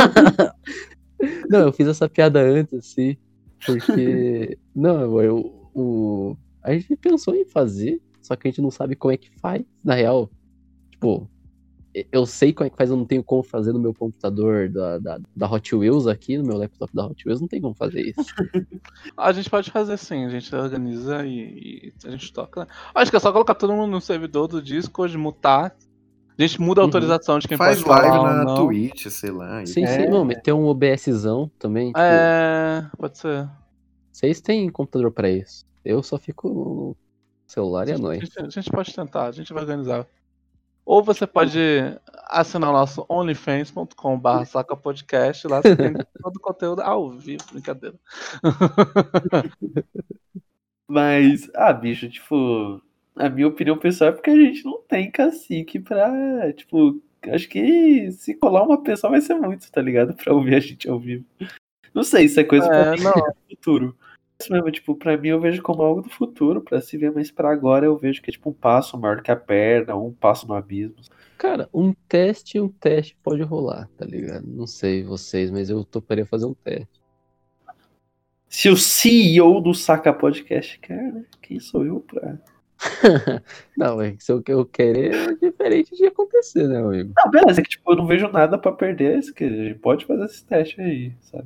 Não, eu fiz essa piada antes, assim, porque. Não, eu, o... a gente pensou em fazer, só que a gente não sabe como é que faz. Na real, tipo, eu sei como é que faz, eu não tenho como fazer no meu computador da, da, da Hot Wheels aqui, no meu laptop da Hot Wheels, não tem como fazer isso. A gente pode fazer sim, a gente organiza e, e a gente toca. Né? Acho que é só colocar todo mundo no servidor do Discord, mutar. A gente muda a Uhum. autorização de quem Faz pode falar live ou na não. Twitch, sei lá. Sim, É. sim, não, meter um OBSzão também, tipo, É, pode ser. vocês têm computador pra isso. Eu só fico no celular e A é gente, nóis. a gente- a gente pode tentar, a gente vai organizar. Ou você pode assinar o nosso onlyfans ponto com barra saca podcast, lá você tem todo o conteúdo ao vivo, brincadeira. Mas, ah, bicho, tipo, a minha opinião pessoal é porque a gente não tem cacique pra, tipo, acho que se colar uma pessoa vai ser muito, tá ligado? Pra ouvir a gente ao vivo. Não sei, isso é coisa pra É, mim não. do futuro. Isso mesmo, tipo, pra mim eu vejo como algo do futuro, pra se ver, mas pra agora eu vejo que é tipo um passo maior que a perna, um passo no abismo. Cara, um teste, um teste pode rolar, tá ligado? Não sei vocês, mas eu toparia fazer um teste. Se o C E O do Saca Podcast quer, né? Quem sou eu pra... Não, é que se eu, eu querer é diferente de acontecer, né, amigo? Não, beleza, é que tipo, eu não vejo nada pra perder, isso que a gente pode fazer esse teste aí, sabe?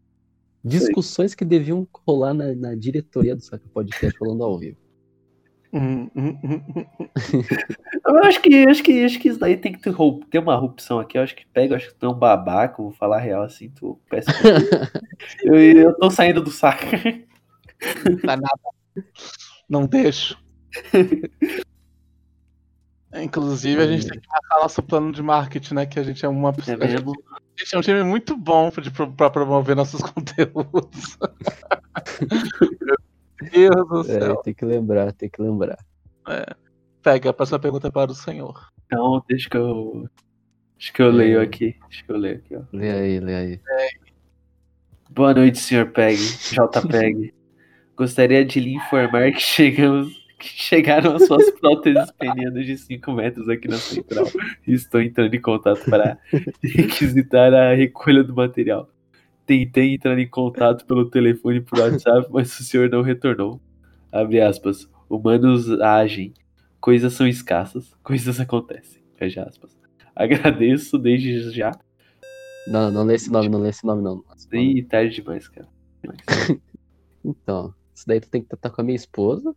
Discussões que deviam rolar na, na diretoria do Saca Podcast falando ao vivo. Hum, hum, hum, hum. Eu acho que, acho que, acho que isso daí tem que ter, ru- ter uma opção aqui. Eu acho que pega, eu acho que tu é um babaca, eu vou falar a real assim, tu peço desculpa. eu, eu tô saindo do saco. Dá nada. Não deixo. Inclusive, a gente tem que marcar nosso plano de marketing, né? Que a gente é uma É pessoa. mesmo? A gente é um time muito bom de, pra promover nossos conteúdos. Meu Deus do É, céu. tem que lembrar, tem que lembrar. É. Pega, a próxima pergunta é para o senhor. Então, deixa que eu. Acho que eu É. leio aqui. Acho que eu leio aqui, ó. Lê aí, lê aí. Boa noite, senhor Peg. J. Peg. Gostaria de lhe informar que chegamos. Que chegaram as suas próteses penianas de cinco metros aqui na central. E estou entrando em contato para requisitar a recolha do material. Tentei entrar em contato pelo telefone por WhatsApp, mas o senhor não retornou. Abre aspas. Humanos agem. Coisas são escassas. Coisas acontecem. Fecha aspas. Agradeço desde já. Não, não lê esse nome, não lê esse nome, não. Esse nome. Ih, tarde demais, cara. Demais. Então, isso daí tu tem que tratar com a minha esposa.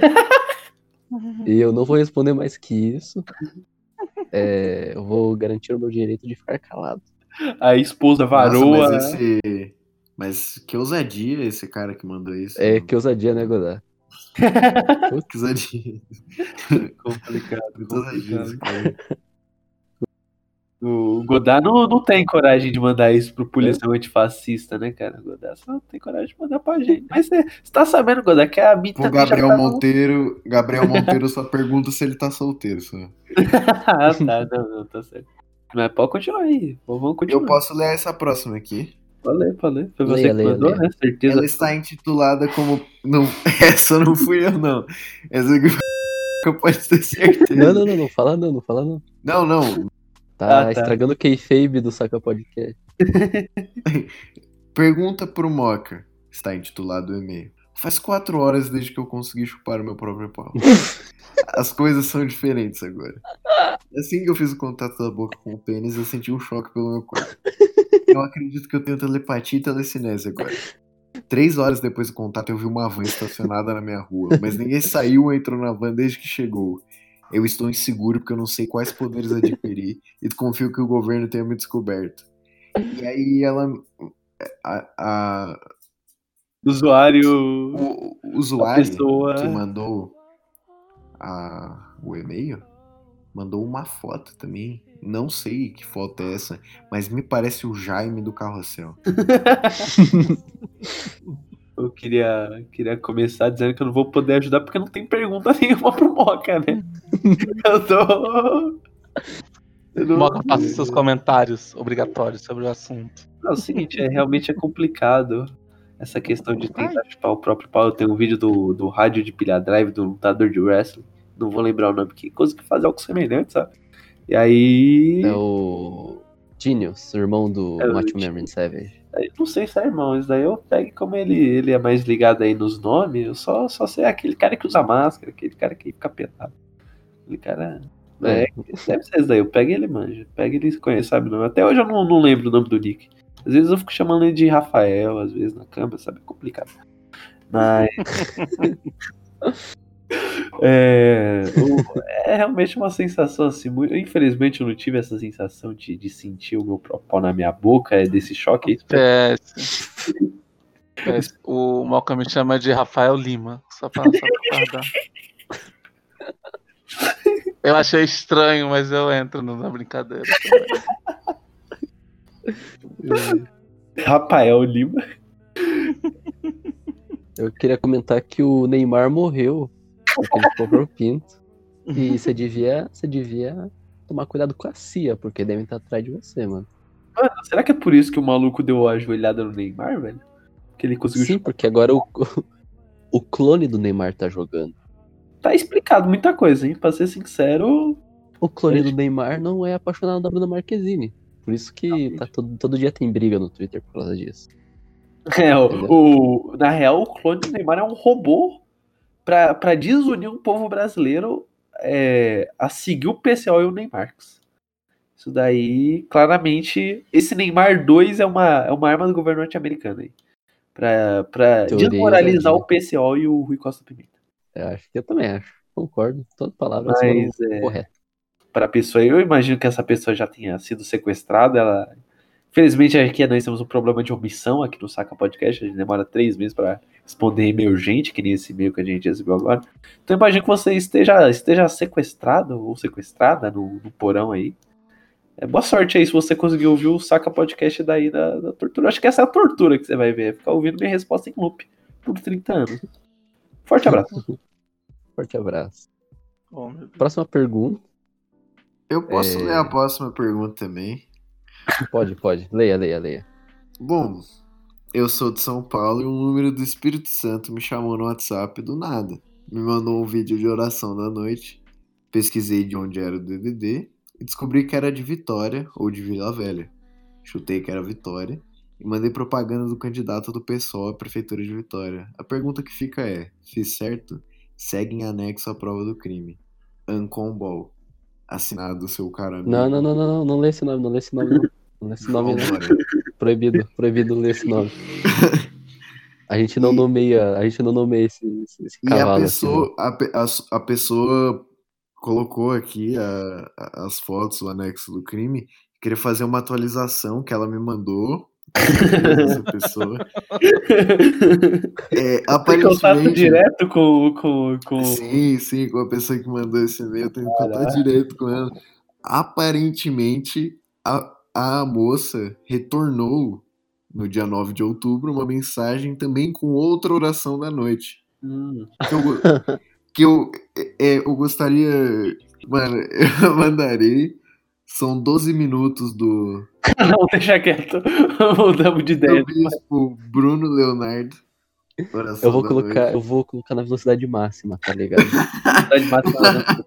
E eu não vou responder mais que isso. É, eu vou garantir o meu direito de ficar calado. A esposa varou Nossa, a... mas esse. Mas que ousadia esse cara que mandou isso. É mano. que ousadia, né, Godá? Que ousadia. Complicado, Muito ousadia esse complicado. cara. O Godard não, não tem coragem de mandar isso pro policial antifascista, né, cara? O Godard só não tem coragem de mandar pra gente. Mas você tá sabendo, Godard, que a Mita Pô, Gabriel tá Monteiro. No... Gabriel Monteiro só pergunta se ele tá solteiro. Só. Ah, tá, não, não, tá certo. Mas pode continuar aí. Vamos continuar. Eu posso ler essa próxima aqui. Pode ler, pode ler. Foi Leia, você que leia, mandou, leia. né? Certeza. Ela está intitulada como. Não, essa não fui eu, não. Essa aqui eu posso ter certeza. Não, não, não, não fala não, não fala não. Não, não. Tá, Ah, tá. estragando o kayfabe do Saca Podcast. Pergunta pro Moca. Está intitulado o e-mail. Faz quatro horas desde que eu consegui chupar o meu próprio pau. As coisas são diferentes agora. Assim que eu fiz o contato da boca com o pênis, eu senti um choque pelo meu corpo. Eu acredito que eu tenho telepatia e telecinese agora. Três horas depois do contato, eu vi uma van estacionada na minha rua, mas ninguém saiu ou entrou na van desde que chegou. Eu estou inseguro porque eu não sei quais poderes adquirir e confio que o governo tenha me descoberto. E aí ela... A, a, Usuário. o, o usuário pessoa- que mandou a, o e-mail mandou uma foto também. Não sei que foto é essa, mas me parece o Jaime do Carrossel. Eu queria, queria começar dizendo que eu não vou poder ajudar porque não tem pergunta nenhuma pro Moca, né? Eu tô. Eu não... Moca, faça seus comentários obrigatórios sobre o assunto. Não, é o seguinte, é, realmente é complicado essa questão de tentar chupar o próprio pau. Eu tenho um vídeo do, do rádio de pilha drive, do lutador de wrestling, não vou lembrar o nome, que conseguiu fazer algo semelhante, sabe? E aí. É o Genius, irmão do É o Macho Genius. Man Savage. aí eu não sei se é irmão, isso daí eu pego como ele, ele é mais ligado aí nos nomes, eu só, só sei aquele cara que usa máscara, aquele cara que fica pelado. Aquele cara. É, É. deve ser isso daí, eu pego ele manja, pego ele conhece, sabe? Não. Até hoje eu não, não lembro o nome do Nick. Às vezes eu fico chamando ele de Rafael, às vezes na câmera, sabe? É complicado. Mas. é, o- é realmente uma sensação assim. Muito, infelizmente eu não tive essa sensação de, de sentir o meu próprio pau na minha boca, é desse choque. Péssimo. Péssimo. O Malcolm me chama de Rafael Lima, só pra, só pra guardar. Eu achei estranho, mas eu entro na brincadeira também. Rafael Lima. Eu queria comentar que o Neymar morreu porque ele comprou o pinto. E você devia, você devia tomar cuidado com a C I A, porque devem estar atrás de você, mano. Mano, será que é por isso que o maluco deu a ajoelhada no Neymar, velho? Que ele conseguiu Sim, porque agora o, o clone do Neymar tá jogando. Tá explicado muita coisa, hein? Pra ser sincero. O clone do Neymar não é apaixonado da Bruna Marquezine. Por isso que tá todo, todo dia tem briga no Twitter por causa disso. É, o, o- na real, o clone do Neymar é um robô pra, pra desunir o povo brasileiro é, a seguir o P C O e o Neymar. Isso daí, claramente, esse Neymar dois é uma, é uma arma do governo norte-americano aí. Pra, pra Teoria desmoralizar ousadia. o P C O e o Rui Costa Pimenta. Eu acho que eu também acho. Concordo. Todas as palavras Mas, foram é, corretas. para a pessoa, eu imagino que essa pessoa já tenha sido sequestrada. Ela, infelizmente, aqui nós temos um problema de omissão aqui no Saca Podcast. A gente demora três meses para responder e-mail urgente, que nem esse e-mail que a gente recebeu agora. Então, eu imagino que você esteja, esteja sequestrado ou sequestrada no, no porão aí. É, boa sorte aí se você conseguir ouvir o Saca Podcast daí da, da tortura. Acho que essa é a tortura que você vai ver. É ficar ouvindo minha resposta em loop por trinta anos. Forte abraço. Forte abraço. Oh, meu Deus. Próxima pergunta. Eu posso É. ler a próxima pergunta também. Pode, pode. Leia, leia, leia. Bom, eu sou de São Paulo e um número do Espírito Santo me chamou no WhatsApp do nada. Me mandou um vídeo de oração da noite. Pesquisei de onde era o D D D e descobri que era de Vitória ou de Vila Velha. Chutei que era Vitória e mandei propaganda do candidato do PSOL à Prefeitura de Vitória. A pergunta que fica é: fiz certo? Segue em anexo à prova do crime. Ancombol. Assinado seu cara amigo. Não, não, não, não, não, não lê esse nome, não lê esse nome, não. Não lê esse nome, João não. Moreira. Proibido, proibido ler esse nome. A gente não nomeia, a gente não nomeia esse, esse, esse E a cavalo aqui, não. pessoa, a, pe- a, a pessoa colocou aqui a- a- as fotos, o anexo do crime. Queria fazer uma atualização que ela me mandou. Essa pessoa. É, Tem contato aparentemente. direto com, com, com... Sim, sim, com a pessoa que mandou esse e-mail, eu tenho contato Caraca. direto com ela. Aparentemente, a, a moça retornou no dia nove de outubro uma mensagem também com outra oração da noite. Hum. Que eu, go- que eu, é, eu gostaria. Mano, eu mandarei. São doze minutos do, Não, deixa quieto. Mudamos de do ideia. bispo Bruno Leonardo. Oração Eu vou da colocar, noite. eu vou colocar na velocidade máxima, tá ligado? Tá de mata-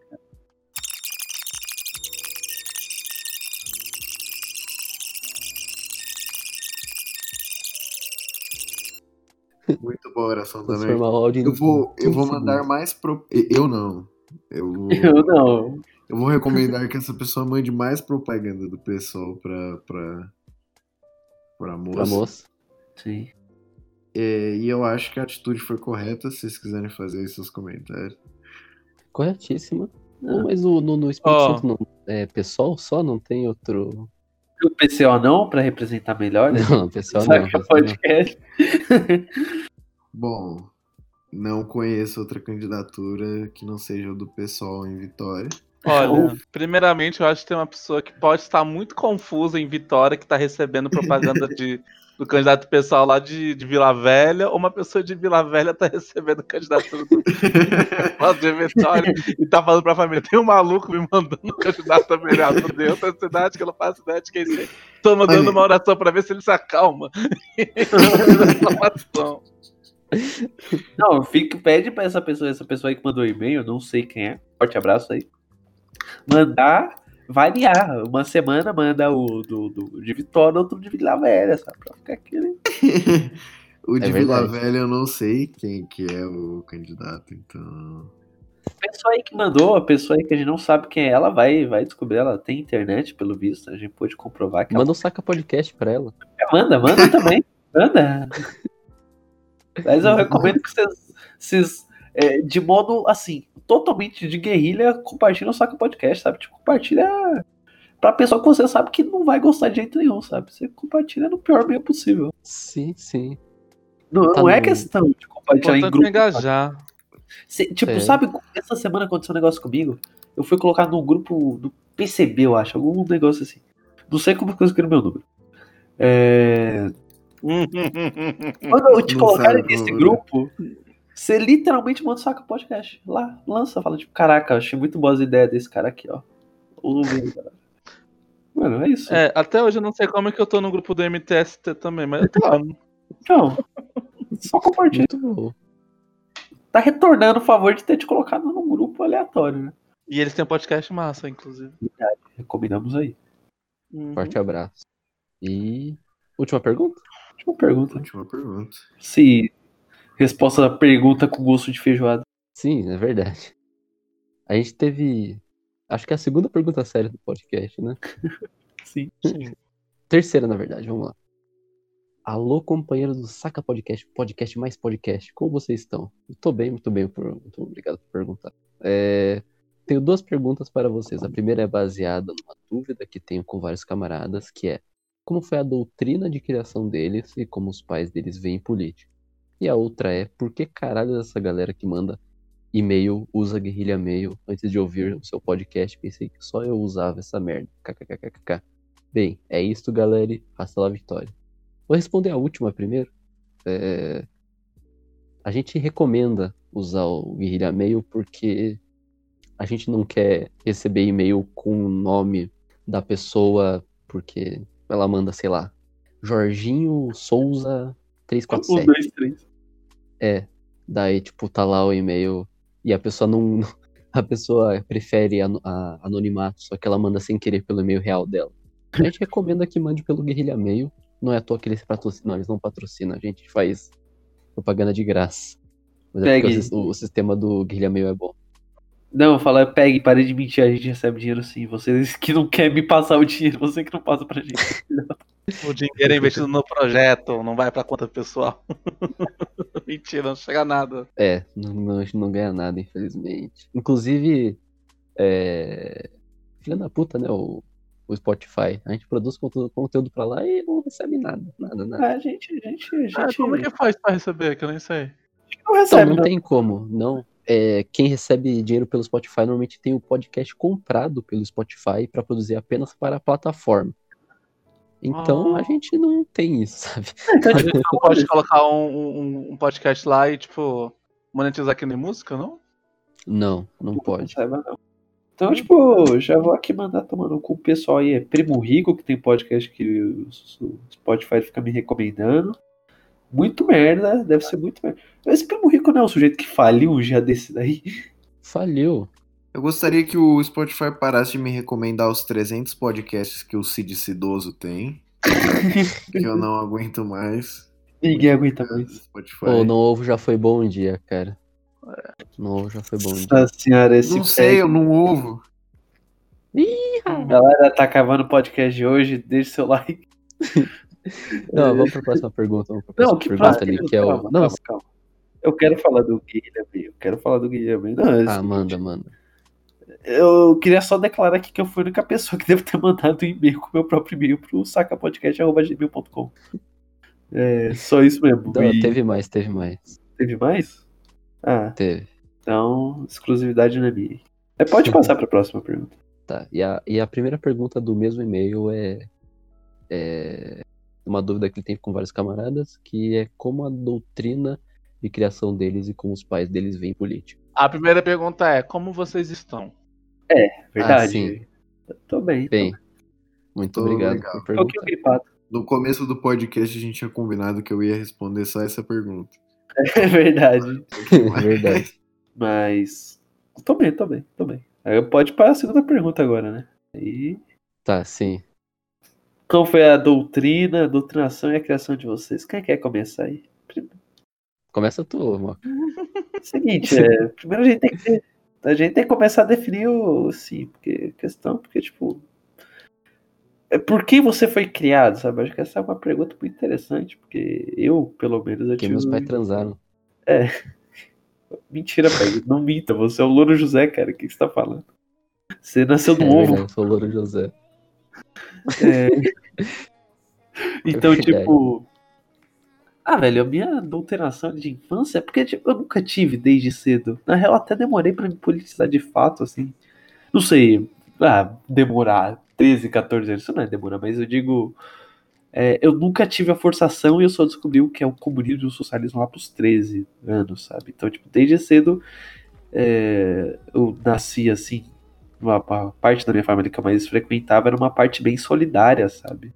Muito boa a oração da noite. Transformar o áudio em Eu vou, eu vou quinze mandar segundos. mais pro. Eu não. Eu vou, Eu não. eu vou recomendar que essa pessoa mande mais propaganda do pessoal pra, pra, pra moça. Pra moça. Sim. É, e eu acho que a atitude foi correta, se vocês quiserem fazer aí seus comentários. Corretíssima. Ah. Não, mas o, no, no Espírito Ó. Santo não. É pessoal só? Não tem outro. O P C O não, pra representar melhor, né? Não, pessoal não. Saca pessoal não. podcast. Bom, não conheço outra candidatura que não seja o do pessoal em Vitória. Olha, primeiramente eu acho que tem uma pessoa que pode estar muito confusa em Vitória, que tá recebendo propaganda de, do candidato pessoal lá de, de Vila Velha, ou uma pessoa de Vila Velha tá recebendo candidatura do pessoal de Vitória e tá falando pra família, tem um maluco me mandando candidato a vereador de outra cidade que eu não faço ideia de quem é. Tô mandando Olha. uma oração pra ver se ele se acalma. Informação. Não, fica, pede pra essa pessoa, essa pessoa aí que mandou e-mail, eu não sei quem é. Forte abraço aí. Mandar variar. Uma semana manda o do, do, de Vitória, outro de Vila Velha, sabe? Pra ficar aquele. O de É Vila verdade. Velha eu não sei quem que é o candidato, então. A pessoa aí que mandou, a pessoa aí que a gente não sabe quem é, ela vai, vai descobrir. Ela tem internet, pelo visto. A gente pode comprovar que Manda um saca podcast pra ela. ela. Manda, manda também. Manda. Mas eu recomendo que vocês, vocês é, de modo assim, totalmente de guerrilha, compartilhem o Saca Podcast, sabe? Tipo, compartilha pra pessoa que você sabe que não vai gostar de jeito nenhum, sabe? Você compartilha no pior meio possível. Sim, sim. Não, Tá não é no- questão de compartilhar em Importante grupo. engajar. Cê- tipo, É. sabe, essa semana aconteceu um negócio comigo. Eu fui colocar num grupo do P C B, eu acho, algum negócio assim. Não sei como conseguiram meu número. É... Quando eu te Não colocarem sabe nesse como, né? grupo, você literalmente manda o Saca Podcast. Lá, lança, fala tipo, caraca, achei muito boas ideias desse cara aqui, ó. Ouve, cara. Mano, é isso. É, até hoje eu não sei como é que eu tô no grupo do M T S T também, mas eu tô lá. Então, só compartilha. Muito bom. Tá retornando o favor de ter te colocado num grupo aleatório, né? E eles têm um podcast massa, inclusive. Recomendamos aí. Uhum. Forte abraço. E. Última pergunta? Última pergunta. Última pergunta. Se resposta à pergunta com gosto de feijoada. Sim, é verdade. A gente teve. Acho que é a segunda pergunta séria do podcast, né? Sim. Sim. Terceira, na verdade, vamos lá. Alô, companheiros do Saca Podcast, podcast mais podcast. Como vocês estão? Eu tô bem, muito bem. Por, muito obrigado por perguntar. É, tenho duas perguntas para vocês. A primeira é baseada numa dúvida que tenho com vários camaradas, que é como foi a doutrina de criação deles e como os pais deles veem política. E a outra é por que caralho essa galera que manda e-mail usa guerrilha mail antes de ouvir o seu podcast? Pensei que só eu usava essa merda. KKKKK. Bem, é isso, galera. Hasta lá, vitória. Vou responder a última primeiro. É... A gente recomenda usar o Guerrilha Mail porque a gente não quer receber e-mail com o nome da pessoa, porque ela manda, sei lá, Jorginho Souza três quatro sete. Um, dois, três. É, daí, tipo, tá lá o e-mail e a pessoa não. A pessoa prefere an- a- anonimato, só que ela manda sem querer pelo e-mail real dela. A gente recomenda que mande pelo Guerrilha Mail. Não é à toa que eles patrocinam, não, eles não patrocinam, a gente faz propaganda de graça. Mas é porque o, Pegue. sis- o sistema do Guerrilha Mail é bom. Não, fala, pegue, pare de mentir, a gente recebe dinheiro sim. Vocês que não querem me passar o dinheiro, você que não passa pra gente. O dinheiro é investido no projeto, não vai pra conta pessoal. Mentira, não chega a nada. É, não, não, a gente não ganha nada, infelizmente. Inclusive, é... filha da puta, né, o, o Spotify. A gente produz conteúdo, conteúdo pra lá e não recebe nada, nada, nada. A gente, a gente, a gente Ah, como é que faz pra receber? Que eu nem sei. não Então, recebe, não não. tem como, não. É, quem recebe dinheiro pelo Spotify normalmente tem o podcast comprado pelo Spotify para produzir apenas para a plataforma. Então Ah. a gente não tem isso, sabe? Então, A tipo, gente não pode colocar um, um, um podcast lá e, tipo, monetizar aqui nem música, não? Não, não pode. recebe, não. Então, tipo, já vou aqui mandar tomando com o pessoal aí. É Primo Rico, que tem podcast que o Spotify fica me recomendando. Muito merda, deve ser muito merda. Esse Primo Rico não é o sujeito que faliu um dia desse daí? Faliu. Eu gostaria que o Spotify parasse de me recomendar os trezentos podcasts que o Cid Cidoso tem. Que eu não aguento mais. Ninguém aguenta mais. Spotify. Pô, não ovo já foi bom um dia, cara. Não ovo já foi bom um dia. Nossa senhora, esse Não sei, peg- eu não ouvo. Galera, tá acabando o podcast de hoje. Deixa seu like. Não, vamos pra próxima pergunta. Vamos pra próxima Não, que pergunta passa, ali, que é o. calma, Não, calma, calma. Eu quero falar do Guilherme. Eu quero falar do Guilherme. Não, é o ah, seguinte, manda, manda. Eu queria só declarar aqui que eu fui a única pessoa que deve ter mandado um e-mail com o meu próprio e-mail pro sacapodcast arroba gmail ponto com. É só isso mesmo. Não, E teve mais, teve mais. teve mais? Ah, Teve. então exclusividade não é minha. É, pode passar pra próxima pergunta. Tá, e a, e a primeira pergunta do mesmo e-mail é, é uma dúvida que ele tem com vários camaradas, que é como a doutrina de criação deles e como os pais deles veem política. A primeira pergunta é, como vocês estão? Verdade? sim. Tô bem. Bem, muito Tô obrigado legal. por Tô um pouquinho perguntar. gripado. No começo do podcast a gente tinha combinado que eu ia responder só essa pergunta. É verdade. É verdade. Mas. Tô bem, tô bem, tô bem. Aí pode ir para a segunda pergunta agora, né? Aí. Tá, sim. Qual foi a doutrina, a doutrinação e a criação de vocês? Quem quer começar aí? Começa tu, Moca. Seguinte, é, primeiro a gente tem que ter, a gente tem que começar a definir o sim, porque questão, porque tipo, é por que você foi criado, sabe? Acho que essa é uma pergunta muito interessante, porque eu, pelo menos, eu Porque tive... meus pais transaram. Mentira, pai, não minta, você é o Louro José, cara, o que você tá falando? Você nasceu do É ovo. verdade, eu sou o Louro José. É. Então, É verdade. tipo. Ah, velho, a minha doutrinação de infância é porque tipo, eu nunca tive desde cedo. Na real, até demorei pra me politizar de fato, assim. Não sei. Ah, demorar treze, catorze anos. Isso não é demorar, mas eu digo. É, eu nunca tive a forçação e eu só descobri o que é o comunismo e o socialismo lá pros treze anos, sabe? Então, tipo, desde cedo é, eu nasci assim. Uma, uma parte da minha família que eu mais frequentava era uma parte bem solidária, sabe?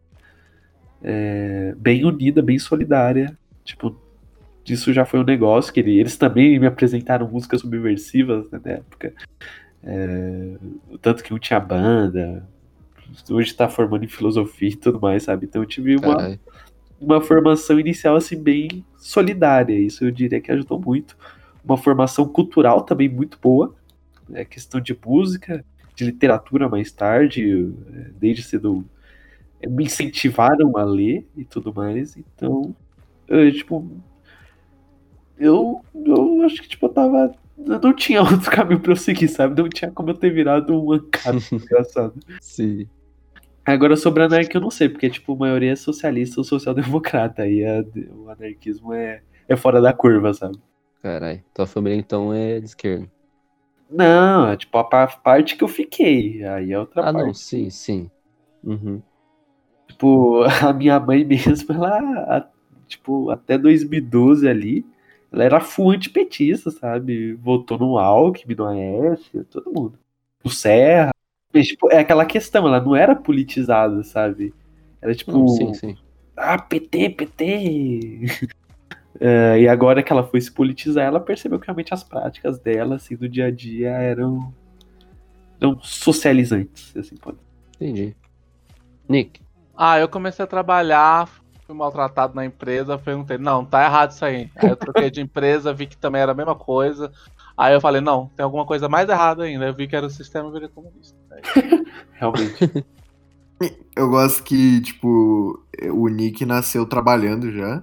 É, bem unida, bem solidária. Tipo, isso já foi um negócio que ele, eles também me apresentaram músicas subversivas, né, na época. É, tanto que um tinha banda, hoje tá formando em filosofia e tudo mais, sabe? Então eu tive uma, Caralho. uma formação inicial assim bem solidária. Isso eu diria que ajudou muito. Uma formação cultural também muito boa. É questão de música, de literatura mais tarde, desde cedo me incentivaram a ler e tudo mais, então, eu, tipo, eu, eu acho que, tipo, eu tava, eu não tinha outro caminho pra eu seguir, sabe? Não tinha como eu ter virado um ANCAP, engraçado. Sim. Agora, sobre anarquia, eu não sei, porque, tipo, a maioria é socialista ou social-democrata, e a- o anarquismo é, é fora da curva, sabe? Caralho. Tua família, então, é de esquerda. Não, é tipo a pa- parte que eu fiquei, aí é outra Ah, não. parte. Sim, sim. Uhum. Tipo, a minha mãe mesmo, ela, a- tipo, até dois mil e doze ali, ela era full antipetista, sabe? Votou no Alckmin, no Aécio, todo mundo. O Serra. Mas, tipo, é aquela questão, ela não era politizada, sabe? Era Não, sim, tipo, sim. ah, P T, P T. É, e agora que ela foi se politizar, ela percebeu que realmente as práticas dela, assim, do dia a dia eram, eram socializantes, assim, pode. Entendi. Nick. Ah, eu comecei a trabalhar, fui maltratado na empresa, perguntei, não, tá errado isso aí. Aí eu troquei de empresa, vi que também era a mesma coisa. Aí eu falei, não, tem alguma coisa mais errada ainda. Eu vi que era o sistema e virei comunista. Aí, Realmente. Eu gosto que, tipo, o Nick nasceu trabalhando já.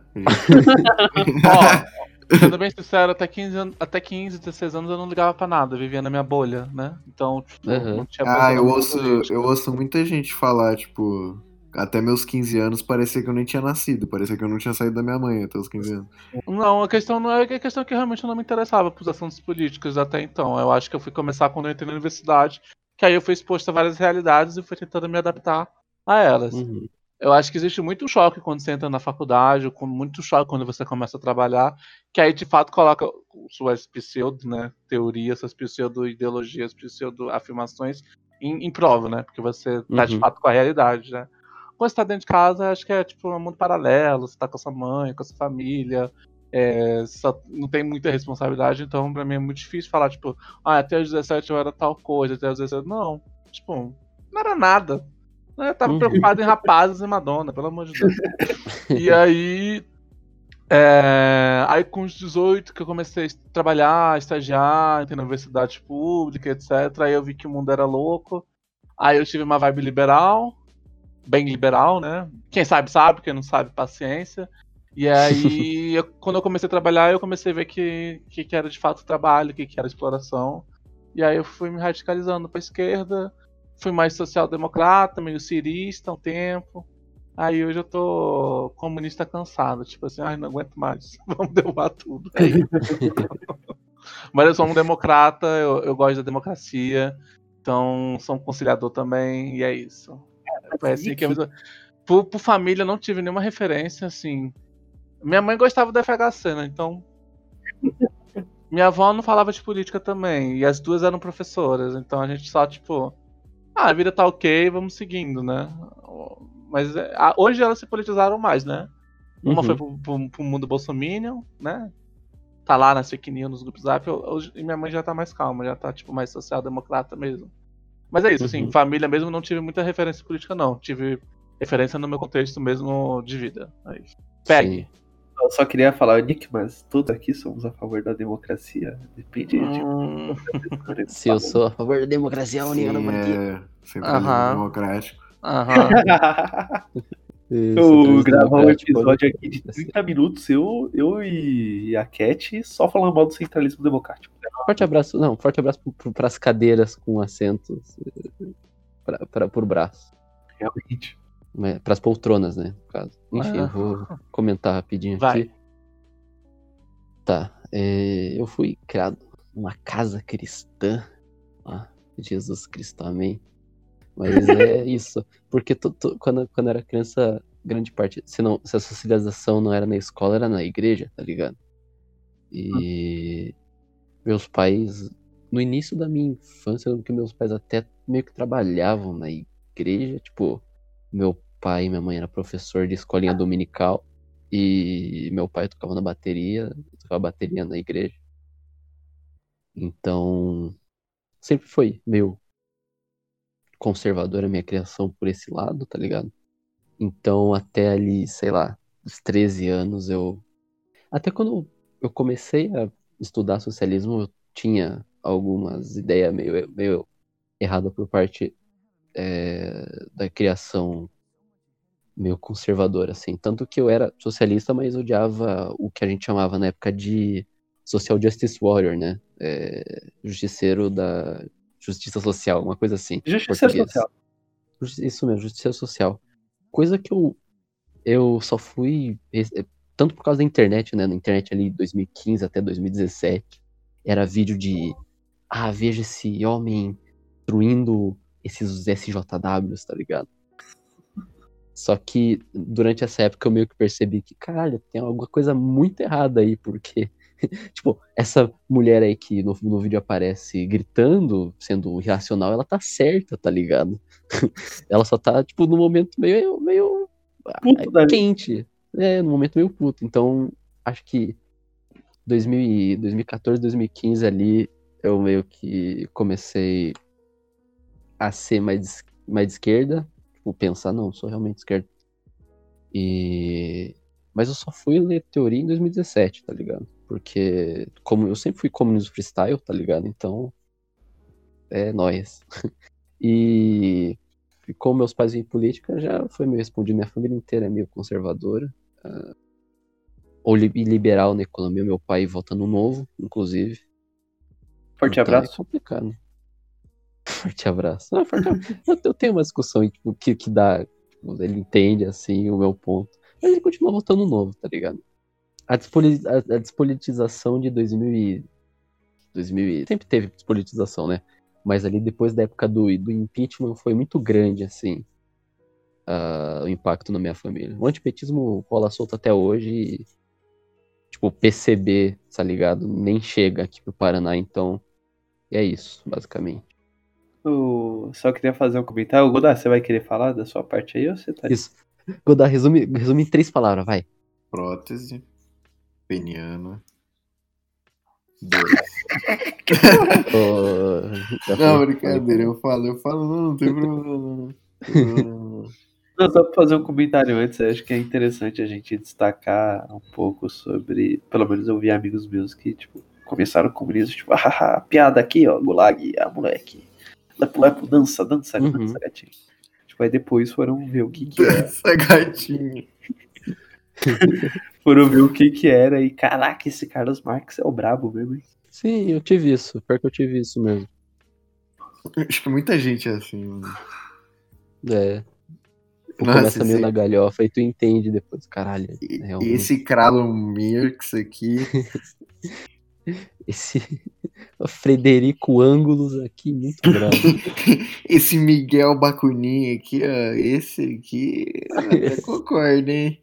Ó, sendo bem sincero, até quinze, anos, até quinze, dezesseis anos eu não ligava pra nada, eu vivia na minha bolha, né? Então, tipo, Aham. não tinha Ah, eu posicionamento ouço, político. eu ouço muita gente falar, tipo, até meus quinze anos parecia que eu nem tinha nascido, parecia que eu não tinha saído da minha mãe até os quinze anos. Não, a questão não é a questão que realmente eu não me interessava por assuntos políticos até então. Eu acho que eu fui começar quando eu entrei na universidade, que aí eu fui exposto a várias realidades e fui tentando me adaptar a elas. Uhum. Eu acho que existe muito choque quando você entra na faculdade, ou com muito choque quando você começa a trabalhar, que aí de fato coloca suas pseudo, né, teorias, suas pseudo-ideologias, pseudo-afirmações em, em prova, né? Porque você tá de Uhum. fato com a realidade, né? Quando você tá dentro de casa, acho que é tipo um mundo paralelo, você tá com a sua mãe, com a sua família, é, só não tem muita responsabilidade, então pra mim é muito difícil falar, tipo, ah, até os dezessete eu era tal coisa, até os dezessete. Não, tipo, não era nada. Eu tava Uhum. preocupado em rapazes e Madonna, pelo amor de Deus. E aí, é, aí com os dezoito que eu comecei a trabalhar, estagiar, entrei na universidade pública, etcétera. Aí eu vi que o mundo era louco. Aí eu tive uma vibe liberal, bem liberal, né? Quem sabe sabe, quem não sabe, paciência. E aí, eu- quando eu comecei a trabalhar, eu comecei a ver que, que, que era de fato trabalho, que, que era exploração. E aí eu fui me radicalizando pra esquerda, fui mais social-democrata, meio cirista um tempo. Aí hoje eu tô comunista cansado, tipo assim, ai, não aguento mais, vamos derrubar tudo. É isso. Mas eu sou um democrata, eu, eu gosto da democracia, então sou um conciliador também, e é isso. Foi assim que eu... por, por família eu não tive nenhuma referência, assim. Minha mãe gostava do F H C, né? Então. Minha avó não falava de política também, e as duas eram professoras, então a gente só, tipo, ah, a vida tá ok, vamos seguindo, né? Mas é, a- hoje elas se politizaram mais, né? Uma foi Uhum. pro, pro, pro mundo bolsominion, né? Tá lá nas fake news, nos grupos zap, eu- hoje- e minha mãe já tá mais calma, já tá, tipo, mais social-democrata mesmo. Mas é isso, assim, Uhum. família mesmo não tive muita referência política, não. Tive referência no meu contexto mesmo de vida. É isso. Pegue. Sim. Eu só queria falar, Nick, mas todos aqui somos a favor da democracia. Depende de. Hum, Se eu sou a favor da democracia, a única do Sim, partido. é centralismo Aham. democrático. Aham. É, Eu centralismo gravar um democrático, episódio aqui de democracia. trinta minutos, eu, eu e a Cat só falando mal do centralismo democrático. Forte abraço, não, forte abraço para as cadeiras com assentos pra, pra, por braço. Realmente. Para as poltronas, né? No caso. Enfim, eu vou comentar rapidinho Vai. aqui. Tá. é, eu fui criado numa casa cristã. Ah, Jesus Cristo, amém. Mas é isso. Porque tu, tu- quando, quando eu era criança, grande parte. Se, não, se a socialização não era na escola, era na igreja, tá ligado? E meus pais, no início da minha infância, eu lembro que meus pais até meio que trabalhavam na igreja. Tipo, meu pai e minha mãe eram professor de escolinha dominical. E meu pai tocava na bateria, eu tocava bateria na igreja. Então, sempre foi meio conservadora a minha criação por esse lado, tá ligado? Então, até ali, sei lá, os treze anos, eu. Até quando eu comecei a estudar socialismo, eu tinha algumas ideias meio, meio erradas por parte é, da criação meio conservador, assim. Tanto que eu era socialista, mas odiava o que a gente chamava na época de Social Justice Warrior, né? É, justiceiro da justiça social, uma coisa assim, em Justiça português. social. Justi- Isso mesmo, justiça social. Coisa que eu, eu só fui, eh, tanto por causa da internet, né? Na internet ali, dois mil e quinze até dois mil e dezessete, era vídeo de, ah, veja esse homem destruindo esses S J Ws, tá ligado? Só que durante essa época eu meio que percebi que, caralho, tem alguma coisa muito errada aí, porque, tipo, essa mulher aí que no, no vídeo aparece gritando, sendo irracional, ela tá certa, tá ligado? Ela só tá, tipo, no momento meio, meio ah, Puto da vida. quente, é, no momento meio puto. Então, acho que dois mil e- dois mil e quatorze, dois mil e quinze ali, eu meio que comecei a ser mais, mais de esquerda, tipo, pensar, não, sou realmente de esquerda. E... Mas eu só fui ler teoria em dois mil e dezessete, tá ligado? Porque como eu sempre fui comunismo freestyle, tá ligado? Então, é nóis. E e como meus pais vêm em política, já foi meio respondido. Minha família inteira é meio conservadora. ah, ou li- liberal na economia. Meu pai vota no Novo, inclusive. Forte Então é abraço. complicado. Forte abraço. Não, forte ab- eu, eu tenho uma discussão tipo, que, que dá. Tipo, ele entende assim o meu ponto. Mas ele continua votando no Novo, tá ligado? A, despoli- a- a despolitização de dois mil e... dois mil e... Sempre teve despolitização, né? Mas ali depois da época do, do impeachment foi muito grande, assim, ah, o impacto na minha família. O antipetismo rola solto até hoje e, tipo, P C B, tá ligado? Nem chega aqui pro Paraná, então é isso, basicamente. Eu só queria fazer um comentário. Godá, você vai querer falar da sua parte aí ou você tá? Isso. Godá, resume, resume em três palavras, vai. Prótese peniana. Dois. Ô, já Não, foi, brincadeira, foi. eu falo, eu falo, não, não tem problema, não. Não tem problema, não. Não, só pra fazer um comentário antes, eu acho que é interessante a gente destacar um pouco sobre. Pelo menos eu vi amigos meus que, tipo, começaram o comunismo, tipo, hahaha, piada aqui, ó, gulag, ah, moleque. Vai pular pro dança, dança, Uhum. dança, gatinho. Tipo, aí depois foram ver o que que era. Essa gatinha. Foram ver o que que era e, caraca, esse Carlos Marx é o brabo mesmo, hein? Sim, eu tive isso. Pior que eu tive isso mesmo. Acho que muita gente é assim, mano. É. Tipo, Nossa, começa meio esse- na galhofa e tu entende depois, caralho, E- realmente. Esse Kralon Mirks aqui. Esse Frederico Ângulos aqui, muito bravo. Esse Miguel Bacunin aqui, ó. Esse aqui. Eu até concordo, hein?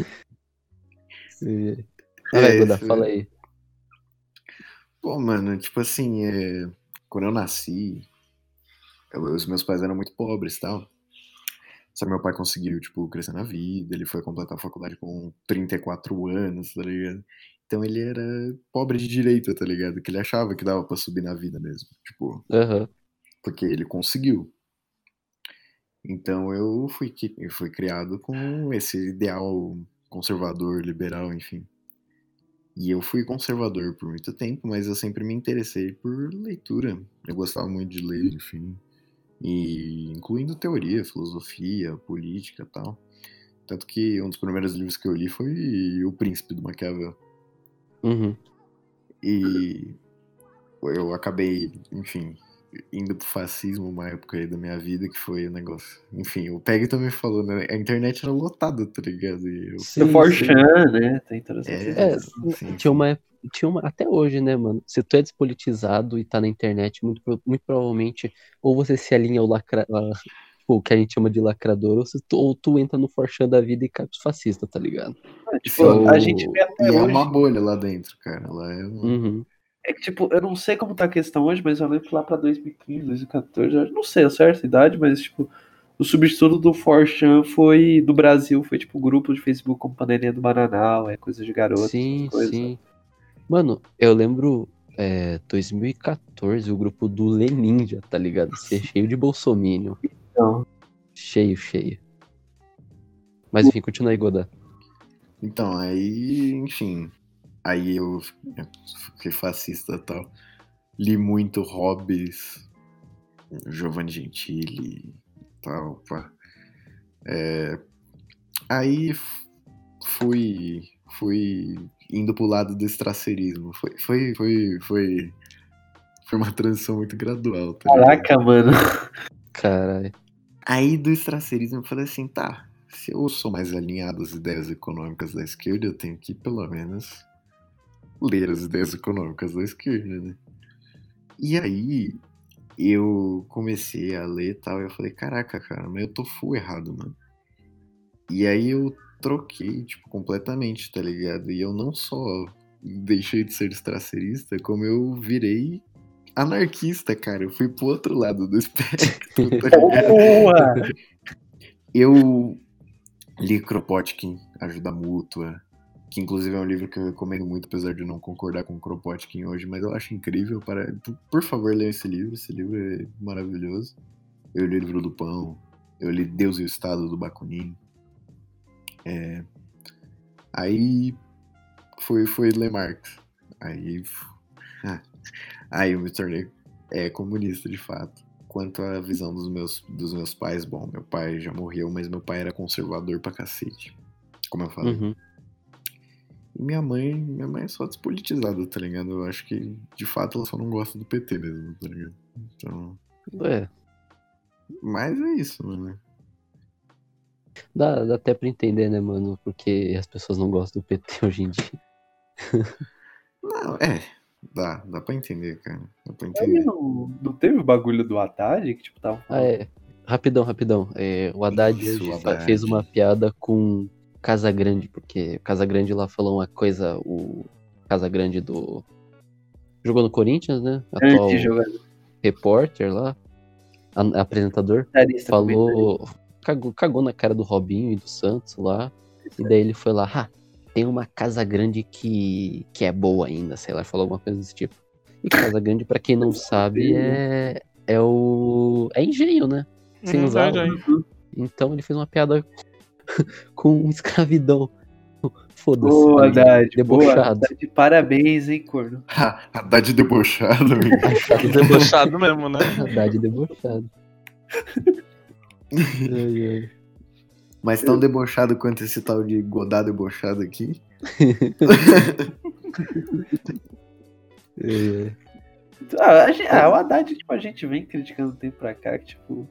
É. Ah, vai, É, Godá, esse- fala aí. Pô, mano, tipo assim, é, quando eu nasci, eu- os meus pais eram muito pobres e tal. Só que meu pai conseguiu, tipo, crescer na vida, ele foi completar a faculdade com trinta e quatro anos, tá ligado? Então ele era pobre de direita, tá ligado? Que ele achava que dava pra subir na vida mesmo. Tipo, Aham. porque ele conseguiu. Então eu fui, que- eu fui criado com esse ideal conservador, liberal, enfim. E eu fui conservador por muito tempo, mas eu sempre me interessei por leitura. Eu gostava muito de ler, enfim. E incluindo teoria, filosofia, política e tal. Tanto que um dos primeiros livros que eu li foi O Príncipe do Maquiavel. Uhum. E eu acabei, enfim, indo pro fascismo uma época aí da minha vida que foi o negócio. Enfim, o Peg também falou, né? A internet era lotada, tá ligado? E eu, Sim, O sim. Forchan, né? Tem todas É, essas É, coisas. sim, tinha sim. uma, tinha uma. Até hoje, né, mano? Se tu é despolitizado e tá na internet, muito, pro- muito provavelmente, ou você se alinha ao lacra, a- tipo, o que a gente chama de lacrador, ou, se tu, ou tu entra no Forchan da vida e cai pros fascistas, tá ligado? É, tipo, Então, a gente vê até E é hoje. uma bolha lá dentro, cara. Lá é uma... Uhum. É que, tipo, eu não sei como tá a questão hoje, mas eu lembro que lá pra dois mil e quinze, dois mil e quatorze, eu não sei a certa idade, mas, tipo, o substituto do Forchan foi, do Brasil, foi, tipo, grupo de Facebook como Panelinha do Bananal, é coisa de garoto, Sim, essas coisas. sim. Mano, eu lembro é, dois mil e quatorze, o grupo do Leninja, tá ligado? Ser cheio de bolsominion. Então, Cheio, cheio. Mas enfim, continua aí, Godá. Então, aí, enfim. Aí eu fiquei fascista e tal. Li muito Hobbes, Giovanni Gentili e tal, pá. É, Aí f- fui, fui indo pro lado do estracerismo. Foi, foi, foi, foi, foi uma transição muito gradual, tá ligado? Caraca, mano. Caralho. Aí do estracerismo eu falei assim, tá, se eu sou mais alinhado às ideias econômicas da esquerda, eu tenho que pelo menos ler as ideias econômicas da esquerda, né? E aí eu comecei a ler e tal, e eu falei, caraca, cara, mas eu tô full errado, mano. E aí eu troquei, tipo, completamente, tá ligado? E eu não só deixei de ser estracerista, como eu virei anarquista, cara. Eu fui pro outro lado do espectro, tá ligado? Porra! Eu li Kropotkin, Ajuda Mútua, que inclusive é um livro que eu recomendo muito, apesar de não concordar com Kropotkin hoje, mas eu acho incrível. Para... Por, por favor, leiam esse livro, esse livro é maravilhoso. Eu li o Livro do Pão, eu li Deus e o Estado, do Bakunin. É... Aí foi, foi ler Marx. Aí, aí eu me tornei é, comunista, de fato. Quanto à visão dos meus, dos meus pais, bom, meu pai já morreu, mas meu pai era conservador pra cacete, como eu falei. Uhum. E minha mãe, minha mãe é só despolitizada, tá ligado? Eu acho que, de fato, ela só não gosta do P T mesmo, tá ligado? Então... É, Mas é isso, mano. dá, dá até pra entender, né, mano? Porque as pessoas não gostam do P T hoje em dia. Não, é, dá, dá pra entender, cara. Dá pra Ele entender. não, não teve o bagulho do Haddad que, tipo, tava Ah, é. Rapidão, rapidão. É, o Haddad Isso, hoje o fa- Haddad. fez uma piada com Casagrande, porque o Casagrande lá falou uma coisa, o Casagrande do... Jogou no Corinthians, né? Atual antes jogador. repórter lá, a- apresentador, Comentarista, falou... Cagou, cagou na cara do Robinho e do Santos lá, e daí ele foi lá, ah, tem uma Casagrande que, que é boa ainda, sei lá, falou alguma coisa desse tipo. E Casagrande, pra quem não sabe, é, é o... é engenho, né? Sem Uhum, usar. é, é. Então ele fez uma piada com escravidão. Foda-se. Boa, tá ligado? Haddad. Boa, Debochado. Haddad. Parabéns, hein, corno. Haddad debochado, amigo. Achado Debochado mesmo, né? Haddad debochado. Ai, ai. Mas tão debochado quanto esse tal de Godard debochado aqui. Ai, ai. Ah, a gente, ah, o Haddad, tipo, a gente vem criticando o tempo pra cá, que, tipo...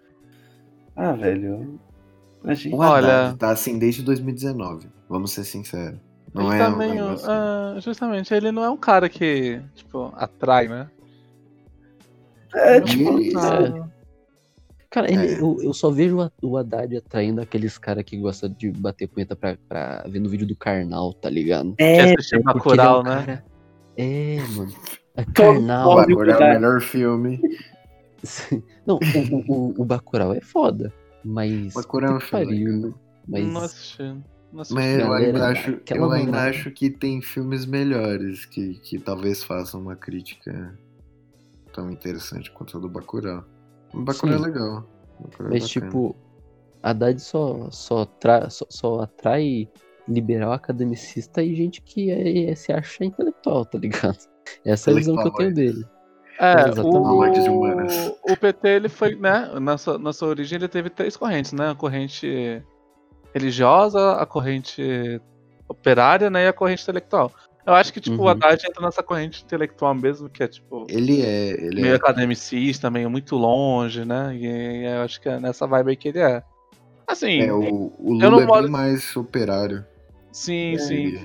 Ah, velho... A gente... O Haddad Olha- tá assim desde dois mil e dezenove. Vamos ser sinceros. Não Ele é um também, negócio... ah, justamente, ele não é um cara que, tipo, atrai, né? É, Ele tipo... Ele- Ah, Cara, ele- É. eu, eu só vejo o- o Haddad atraindo aqueles caras que gostam de bater punheta pra, pra ver no vídeo do Karnal, tá ligado? quer É, assistir Porque ele é Bacurau, um né? cara... É, mano. É Todo- Karnal. todo- Bacurau é o Haddad. melhor filme. Não, o, o, o, o Bacurau é foda, mas... Bacurau é um puta que filme pariu, legal. né? Mas... Não assisti. Não assisti. Mas eu galera ainda, dá acho, aquela eu ainda mamada. acho que tem filmes melhores que, que talvez façam uma crítica tão interessante quanto a do Bacurau. O Bacurau Sim. é legal. Bacurau é Mas, bacana. tipo, Haddad só, só, tra... só, só atrai liberal academicista e gente que é, é- se acha intelectual, tá ligado? Essa é a visão que eu tenho dele. É, Exatamente. de humanas. o, o P T, ele foi, né, na sua, na sua origem ele teve três correntes, né, a corrente religiosa, a corrente operária, né, e a corrente intelectual. Eu acho que, tipo, Uhum. o Haddad entra nessa corrente intelectual mesmo, que é, tipo, Ele é. Ele meio é. academicista, meio muito longe, né, e, e eu acho que é nessa vibe aí que ele é. Assim, é, o, o eu não Lula é moro- bem mais operário. sim, É, sim. ele-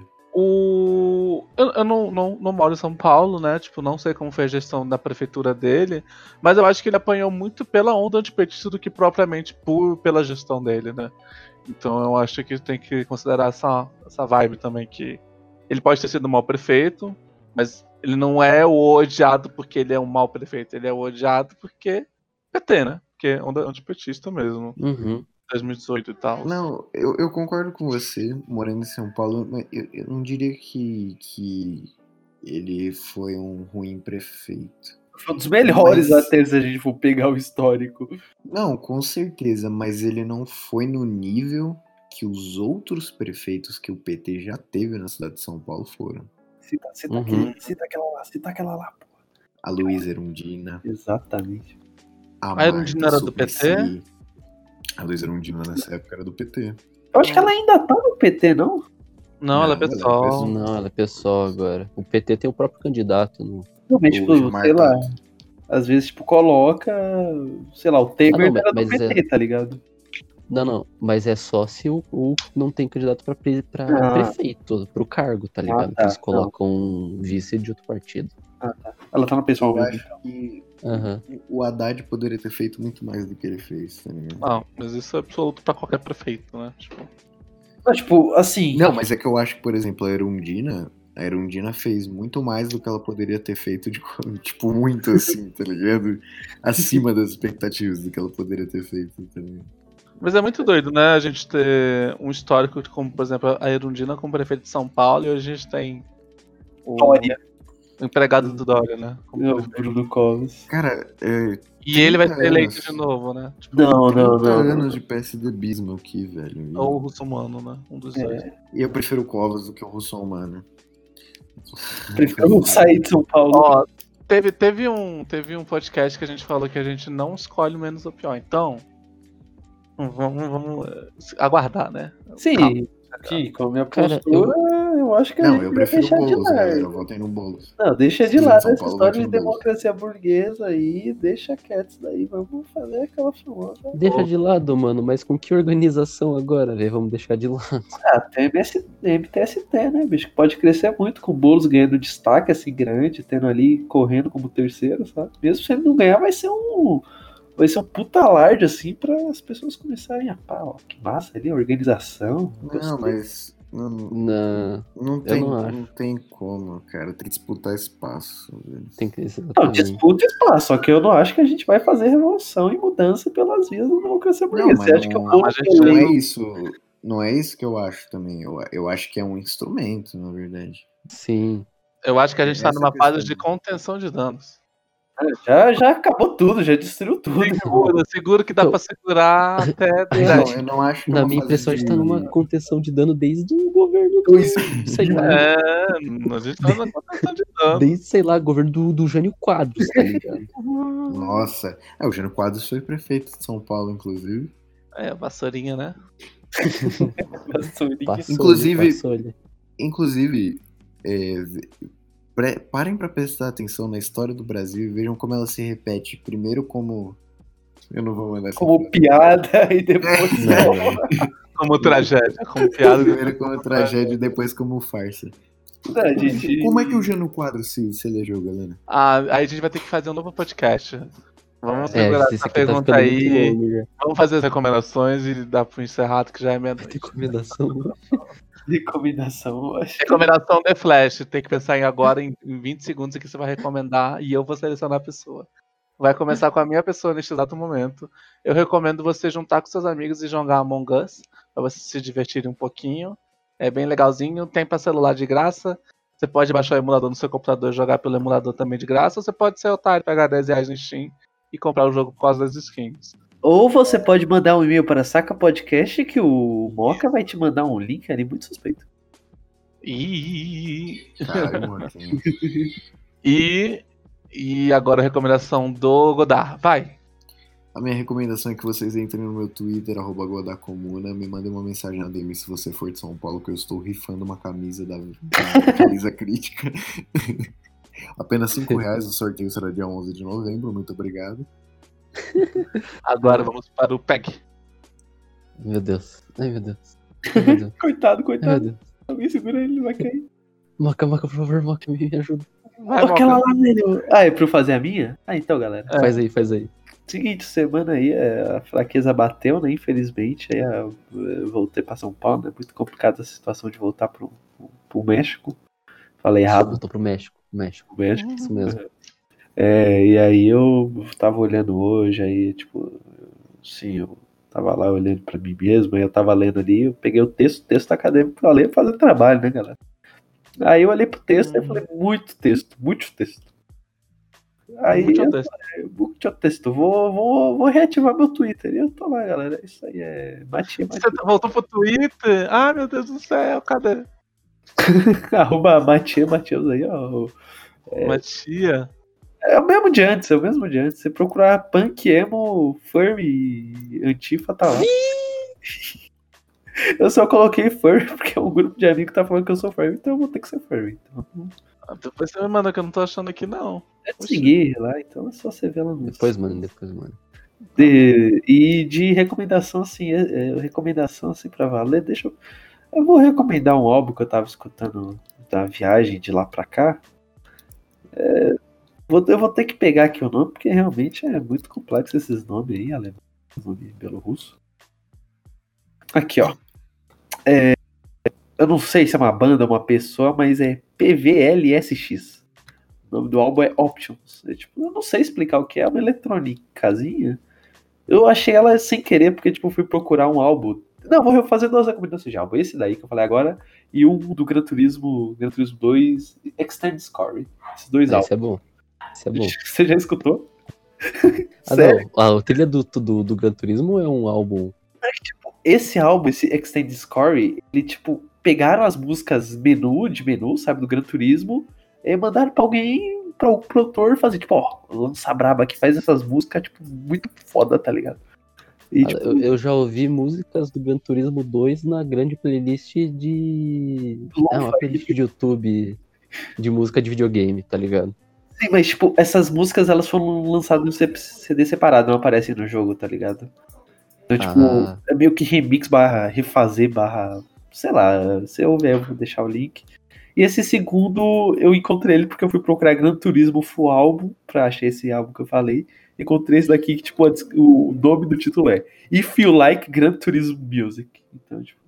O... Eu, eu não, não, não moro em São Paulo, né? Tipo, não sei como foi a gestão da prefeitura dele, mas eu acho que ele apanhou muito pela onda antipetista do que propriamente por, pela gestão dele, né? Então eu acho que tem que considerar essa, essa vibe também, que ele pode ter sido um mau prefeito, mas ele não é o odiado porque ele é um mau prefeito, ele é o odiado porque P T, né? Porque é onda antipetista mesmo, Uhum. dois mil e dezoito e tal. Não, eu, eu concordo com você, morando em São Paulo, mas eu, eu não diria que, que ele foi um ruim prefeito. Foi um dos melhores Mas- até se a gente for pegar o histórico. Não, com certeza, mas ele não foi no nível que os outros prefeitos que o P T já teve na cidade de São Paulo foram. Cita, cita, Uhum. aquele, cita aquela lá, cita aquela lá. Pô. A Luísa Erundina, Exatamente. a A Erundina Marta era do P T? Suplicy. A Luísa Erundina nessa época era do P T. Eu acho que ela ainda tá no P T, não? Não, ela é Não, ela é pessoal. pessoal. Não, ela é pessoal agora. O P T tem o próprio candidato. No... Não, mas, O tipo, Gilmar sei lá. Tato. Às vezes, tipo, coloca. Sei lá, o Temer Ah, não, era do mas P T, é- tá ligado? Não, não, mas é só se o, o não tem candidato pra, pre, pra Ah. prefeito, pro cargo, tá ligado? tá, Que eles não. colocam um vice de outro partido. Ela tá no pessoal Eu mesmo. acho que Aham. o Haddad poderia ter feito muito mais do que ele fez, tá ligado? Não, mas isso é absoluto pra qualquer prefeito, né? Tipo, Mas, tipo, assim. Não, mas é que eu acho que, por exemplo, a Erundina, a Erundina fez muito mais do que ela poderia ter feito, de, tipo, muito assim, tá ligado? Acima das expectativas do que ela poderia ter feito, tá ligado? mas é muito doido, né? A gente ter um histórico como, por exemplo, a Erundina como prefeito de São Paulo e hoje a gente tem o, Dória. o empregado do Dória, né? Como O prefeito. Bruno Covas. Cara, é, E ele vai ser trinta eleito anos. de novo, né? Tipo, Não, não, trinta não. não. anos de PSDBismo aqui, velho. E, ou o russomano, né? Um dos dois. É, e eu prefiro o Covas do que o Russomano. prefiro não sair de São Paulo. Ó, teve, teve, um, teve um podcast que a gente falou que a gente não escolhe o menos o pior. Então, vamos, vamos eh, aguardar, né? Sim, aqui, com a minha Cara, postura, eu... acho que a Não, gente eu vai prefiro o deixar de Boulos, lado. galera. Votem no Boulos. Não, deixa de Sim, lado São essa Paulo história vote de no Boulos. democracia burguesa aí, deixa quieto isso daí, vamos fazer aquela famosa. Deixa de lado, mano, mas com que organização agora, velho? Vamos deixar de lado. Ah, tem M S M T S T, né, bicho? Que pode crescer muito com o Boulos ganhando destaque assim grande, tendo ali correndo como terceiro, sabe? Mesmo se ele não ganhar, vai ser um. Vai ser um puta alarde, assim, para as pessoas começarem a pá, ó, que massa ali, a organização. Não, gostei. mas. Não, Não, não, tem, não não, acho. tem como, cara. Tem que disputar espaço. Velho. tem que ser. Não, disputa espaço, só que eu não acho que a gente vai fazer revolução e mudança pelas vias da democracia burguesa. Não, Você mas acha que o não- Boulos a gente Não é eleito- isso. Não é isso que eu acho também. Eu, eu acho que é um instrumento, na verdade. Sim. Eu acho que a gente tá Essa numa é a questão. fase de contenção de danos. Já, já acabou tudo, já destruiu tudo. Seguro, seguro que dá Então- pra segurar até É, dez. Não, eu não acho que é Na uma minha fase impressão, a gente de... tá numa contenção de dano desde o governo do. Sei lá. É, a gente tá numa contenção de dano. Desde, sei lá, governo do, do Jânio Quadros, tá ligado? Nossa. É, o Jânio Quadros foi prefeito de São Paulo, inclusive. É, vassourinha, né? Passou, Inclusive- passou-lhe. Inclusive, é, pre- parem pra prestar atenção na história do Brasil e vejam como ela se repete. Primeiro como... Eu não vou mandar essa Como frase. piada e depois. Não, não. Como tragédia, como piada. Primeiro como tragédia e depois como farsa. Não, gente, Como é que o Jânio Quadros se, se elegeu, galera? Ah, aí a gente vai ter que fazer um novo podcast. Vamos É, segurar esse essa aqui tá pergunta ficando muito aí. longo já. Vamos fazer as recomendações e dar pro encerrado que já é meia-noite. Recomendação. recomendação, eu acho. Recomendação The Flash. Tem que pensar em agora, em, em vinte segundos, o que você vai recomendar e eu vou selecionar a pessoa. Vai começar com a minha pessoa neste exato momento. Eu recomendo você juntar com seus amigos e jogar Among Us, pra vocês se divertirem um pouquinho. É bem legalzinho, tem pra celular de graça. Você pode baixar o emulador no seu computador e jogar pelo emulador também de graça. Ou você pode ser otário, pegar dez reais no Steam e comprar o jogo por causa das skins. Ou você pode mandar um e-mail para Saca Podcast que o Moca vai te mandar um link ali muito suspeito. E, Caralho, mano. Assim. e, e agora a recomendação do Godard. Vai! A minha recomendação é que vocês entrem no meu Twitter, arroba Godacomuna, me mandem uma mensagem na D M se você for de São Paulo, que eu estou rifando uma camisa da, da camisa crítica. Apenas cinco reais, o sorteio será dia onze de novembro, muito obrigado. Agora vamos para o P E G. Meu Deus. Ai, meu Deus. Ai, meu Deus. Coitado, Ai, meu coitado. Deus. Alguém segura ele, ele vai cair. Moca, Moca, por favor, Moca, me ajuda. Vai, Aquela Moca. lá, velho. Ah, é pra eu fazer a minha? Ah, então, galera. É. Faz aí, faz aí. Seguinte, semana aí é, a fraqueza bateu, né? Infelizmente, aí a- eu voltei pra São Paulo, né? Muito complicada a situação de voltar pro, pro México. Falei errado, Eu tô pro México. México. pro México. Isso mesmo. É, e aí eu tava olhando hoje, aí, tipo, sim, eu tava lá olhando pra mim mesmo, aí eu tava lendo ali, eu peguei o texto, texto acadêmico pra ler, fazer trabalho, né, galera? Aí eu olhei pro texto e falei, muito texto, muito texto. Aí Muito eu texto. falei, muito texto, vou, vou, vou reativar meu Twitter. E eu tô lá, galera, isso aí é matia, Você matia. voltou pro Twitter? Ai, meu Deus do céu, cadê? Arroba matia, Matheus aí, ó. Uma tia. É o mesmo de antes, é o mesmo de antes. Você procurar punk, emo, furry, antifa, tá lá. Eu só coloquei furry porque um grupo de amigos tá falando que eu sou furry, então eu vou ter que ser furry. Então, Ah, depois você me manda que eu não tô achando aqui, não. é Oxi. seguir lá, então é só você ver lá no Depois, mano, depois, mano. De- e de recomendação, assim, é, é, recomendação, assim, pra valer, deixa eu... Eu vou recomendar um álbum que eu tava escutando da viagem de lá pra cá. É, vou, eu vou ter que pegar aqui o nome, porque realmente é muito complexo esses nomes aí, alemão, nome belorrusso. Aqui, ó. É, eu não sei se é uma banda ou uma pessoa, mas é P V L S X. O nome do álbum é Options. É, tipo, eu não sei explicar o que é, é uma eletrônicazinha. Eu achei ela sem querer, porque tipo, fui procurar um álbum. Não, vou fazer duas recomendações de álbum. Esse daí que eu falei agora, e um do Gran Turismo, Gran Turismo dois, Extended Story. Esses dois Ah, esse álbuns. é bom. Esse é bom. Você já escutou? Ah, Sério? não. A trilha do, do, do Gran Turismo é um álbum. Esse álbum, esse Extended Story, ele tipo, pegaram as músicas menu de menu, sabe, do Gran Turismo, e mandaram pra alguém, para o produtor fazer, tipo, ó, lança braba que faz essas músicas, tipo, muito foda, tá ligado? E, Ah, tipo, eu, eu já ouvi músicas do Gran Turismo dois na grande playlist de. É uma playlist de YouTube de música de videogame, tá ligado? sim, mas, tipo, essas músicas, elas foram lançadas no C D separado, não aparecem no jogo, tá ligado? Então, tipo, Ah. é meio que remix barra refazer barra, sei lá, você ouve aí, eu vou deixar o link. E esse segundo, eu encontrei ele porque eu fui procurar Gran Turismo Full Álbum, pra achar esse álbum que eu falei. Encontrei esse daqui que, tipo, o nome do título é If You Like Gran Turismo Music. Então, tipo,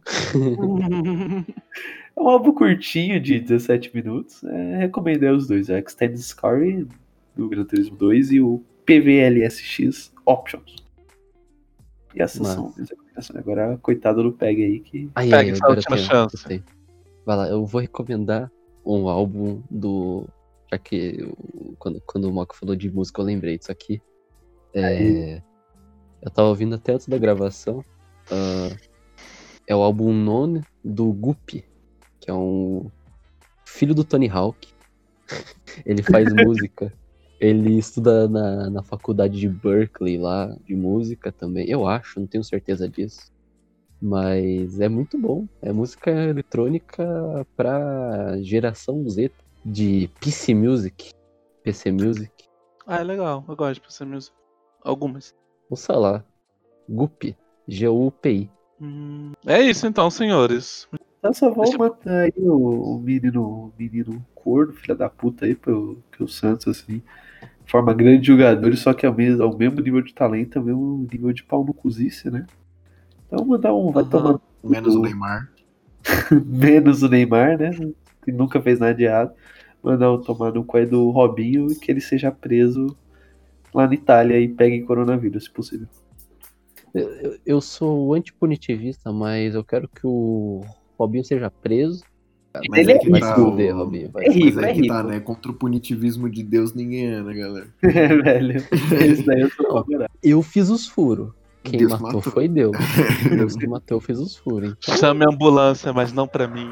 é um álbum curtinho de dezessete minutos. É, recomendei os dois, é Extended Story do Gran Turismo dois e o P V L S X Options. E essas Mas... são minhas recomendações. Agora, coitado do Peg aí que. Ai, Pega ai, essa agora última eu tenho, chance. eu tenho. Vai lá, eu vou recomendar um álbum do. Já que eu- quando, quando o Moco falou de música, eu lembrei disso aqui. É, eu tava ouvindo até antes da gravação. ah, é o álbum None do Guppy, que é um filho do Tony Hawk. Ele faz música. Ele estuda na, na faculdade de Berkeley lá, de música também. Eu acho, não tenho certeza disso. Mas é muito bom. É música eletrônica pra geração Z de P C Music. P C Music. Ah, é legal. Eu gosto de P C Music. Algumas. Ouça lá. Guppy. G U P I. Hum, é isso então, senhores. Eu só vou Deixa eu- matar aí o, o menino, o menino corno, filho da puta aí, pro, que o Santos, assim, forma grandes jogadores, só que ao mesmo, ao mesmo nível de talento, ao mesmo nível de pau no cozice, né? Então mandar um, vai Aham. tomar Menos o o- Neymar. menos o Neymar, né? Que nunca fez nada de errado. Mandar um tomar no cu aí do Robinho e que ele seja preso lá na Itália e pegue coronavírus, se possível. Eu, eu- eu sou antipunitivista, mas eu quero que o Robinho seja preso. Mas Ele é é que Vai tá se o... fuder, Robinho. Vai É se rico, Mas fuder. é é que tá, rico. né? Contra o punitivismo de Deus ninguém é, né, galera? É, velho. Esse daí eu sou Não. favorável. Eu fiz os furos. Quem Deus matou, matou. foi Deus. Deus que matou, eu fiz os furos. Então, Chame a ambulância, mas não pra mim.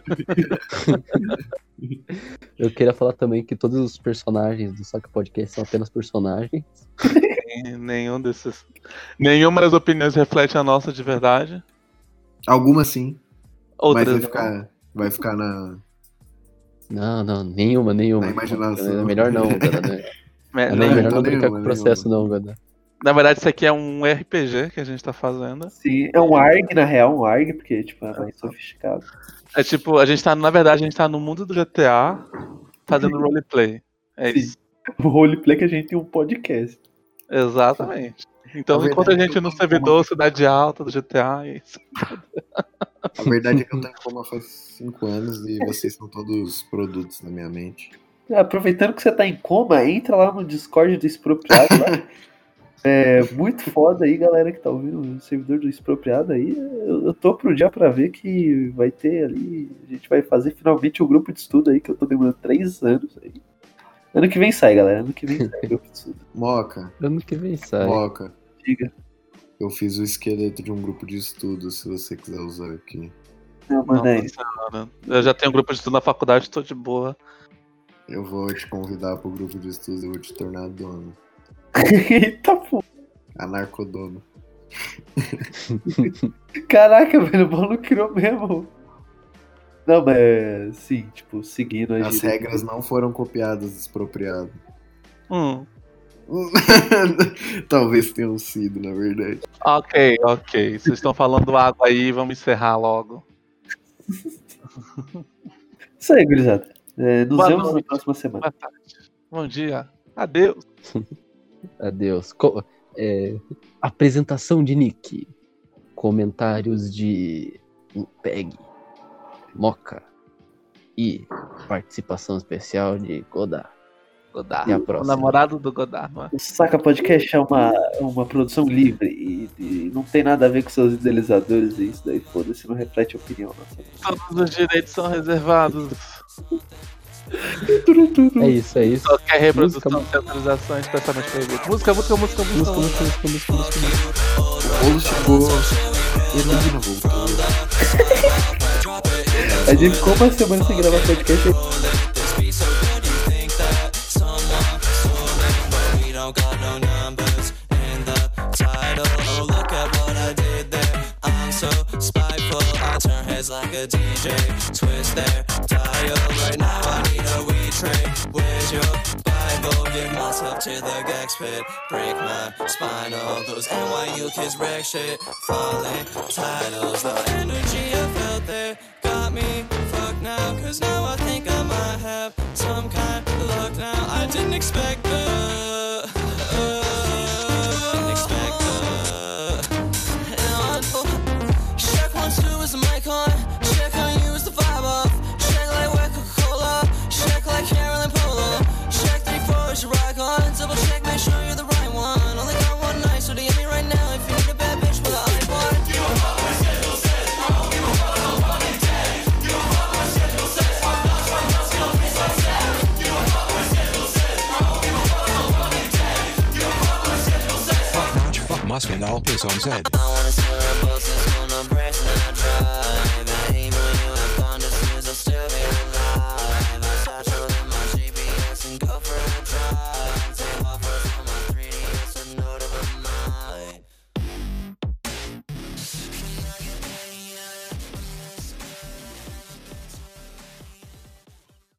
eu queria falar também que todos os personagens do Saca Podcast são apenas personagens. Nem- Nenhum desses. Nenhuma das opiniões reflete a nossa de verdade. Algumas sim, Outras mas vai não. ficar, vai ficar na, Não, não, nenhuma, nenhuma. na imaginação. É melhor não, Gada, né? Me- É não, nem melhor então não brincar nenhuma, com o processo, nenhuma. não, Gada. Na verdade, isso aqui é um R P G que a gente tá fazendo. Sim, é um ARG, na real, um ARG, porque tipo, é mais sofisticado. É tipo, a gente tá, na verdade, a gente tá no mundo do G T A fazendo roleplay. É Sim. isso. O roleplay que a gente tem um podcast. Exatamente. Então, A enquanto a verdade é gente que no eu tô servidor, cidade alta do G T A, é isso. A verdade é que eu tô em coma faz cinco anos e vocês são todos produtos na minha mente. Ah, aproveitando que você tá em coma, entra lá no Discord do Expropriado. Lá. É muito foda aí, galera que tá ouvindo o servidor do Expropriado aí. Eu, eu tô pro dia pra ver que vai ter ali. A gente vai fazer finalmente o grupo de estudo aí, que eu tô demorando três anos aí. Ano que vem sai, galera. Ano que vem sai o grupo de estudo. Moca, Ano que vem sai. Moca, Diga. eu fiz o esqueleto de um grupo de estudo, se você quiser usar aqui. Não, manda aí. Nossa senhora. Eu já tenho um grupo de estudo na faculdade, tô de boa. Eu vou te convidar pro grupo de estudo e vou te tornar dono. Eita, pô. Anarcodono. Caraca, velho, o Paulo criou mesmo. Não, mas sim, tipo, seguindo a As gíria. regras não foram copiadas expropriado. Hum. Talvez tenham sido, na verdade. Ok, ok. Vocês estão falando água aí, vamos encerrar logo. Isso aí, gurizada. É, nos Boa vemos noite. na próxima semana. Boa tarde. Bom dia. Adeus. Adeus. Co- é, apresentação de Nick. Comentários de Peg, Moca e participação especial de Godard. Godard. Até a O próxima. namorado do Godard, não é? O Saca Podcast é uma, uma produção livre e, e não tem nada a ver com seus idealizadores e isso daí, foda-se, não reflete a opinião nossa. Todos os direitos são reservados. É isso, é isso. Qualquer reprodução Música, sem autorização, especialmente proibido. Música, música, música, música. música, música, música, música, música. O bolo chegou. Elina voltou. A gente ficou uma semana sem gravar podcast. Like a D J, twist their dial. Right now I need a weed tray. Where's your Bible? Give myself to the gags pit. Break my spinal. Those N Y U kids wreck shit. Falling titles. The energy I felt there got me fucked now. Cause now I think I might have some kind of luck now. I didn't expect the uh, didn't expect the Check one, two is the mic on. Check on you is the vibe off. Check like wet Coca-Cola. Check like Carolyn Polo. Check three, four is your rock on. Double check, make sure you're the right one. Only got one night, so D M me right now if you need a bad bitch with an iPod. Give a fuck what schedule says. I don't give a fuck what nobody says. Give a fuck what schedule says. I'm not trying to see no piece of sad. Give a fuck what schedule says. I don't give a fuck what nobody says. Give a fuck what schedule says. Fuck March, fuck Musk and I'll piss on Zed. I wanna see her bosses when I'm breaking that dry.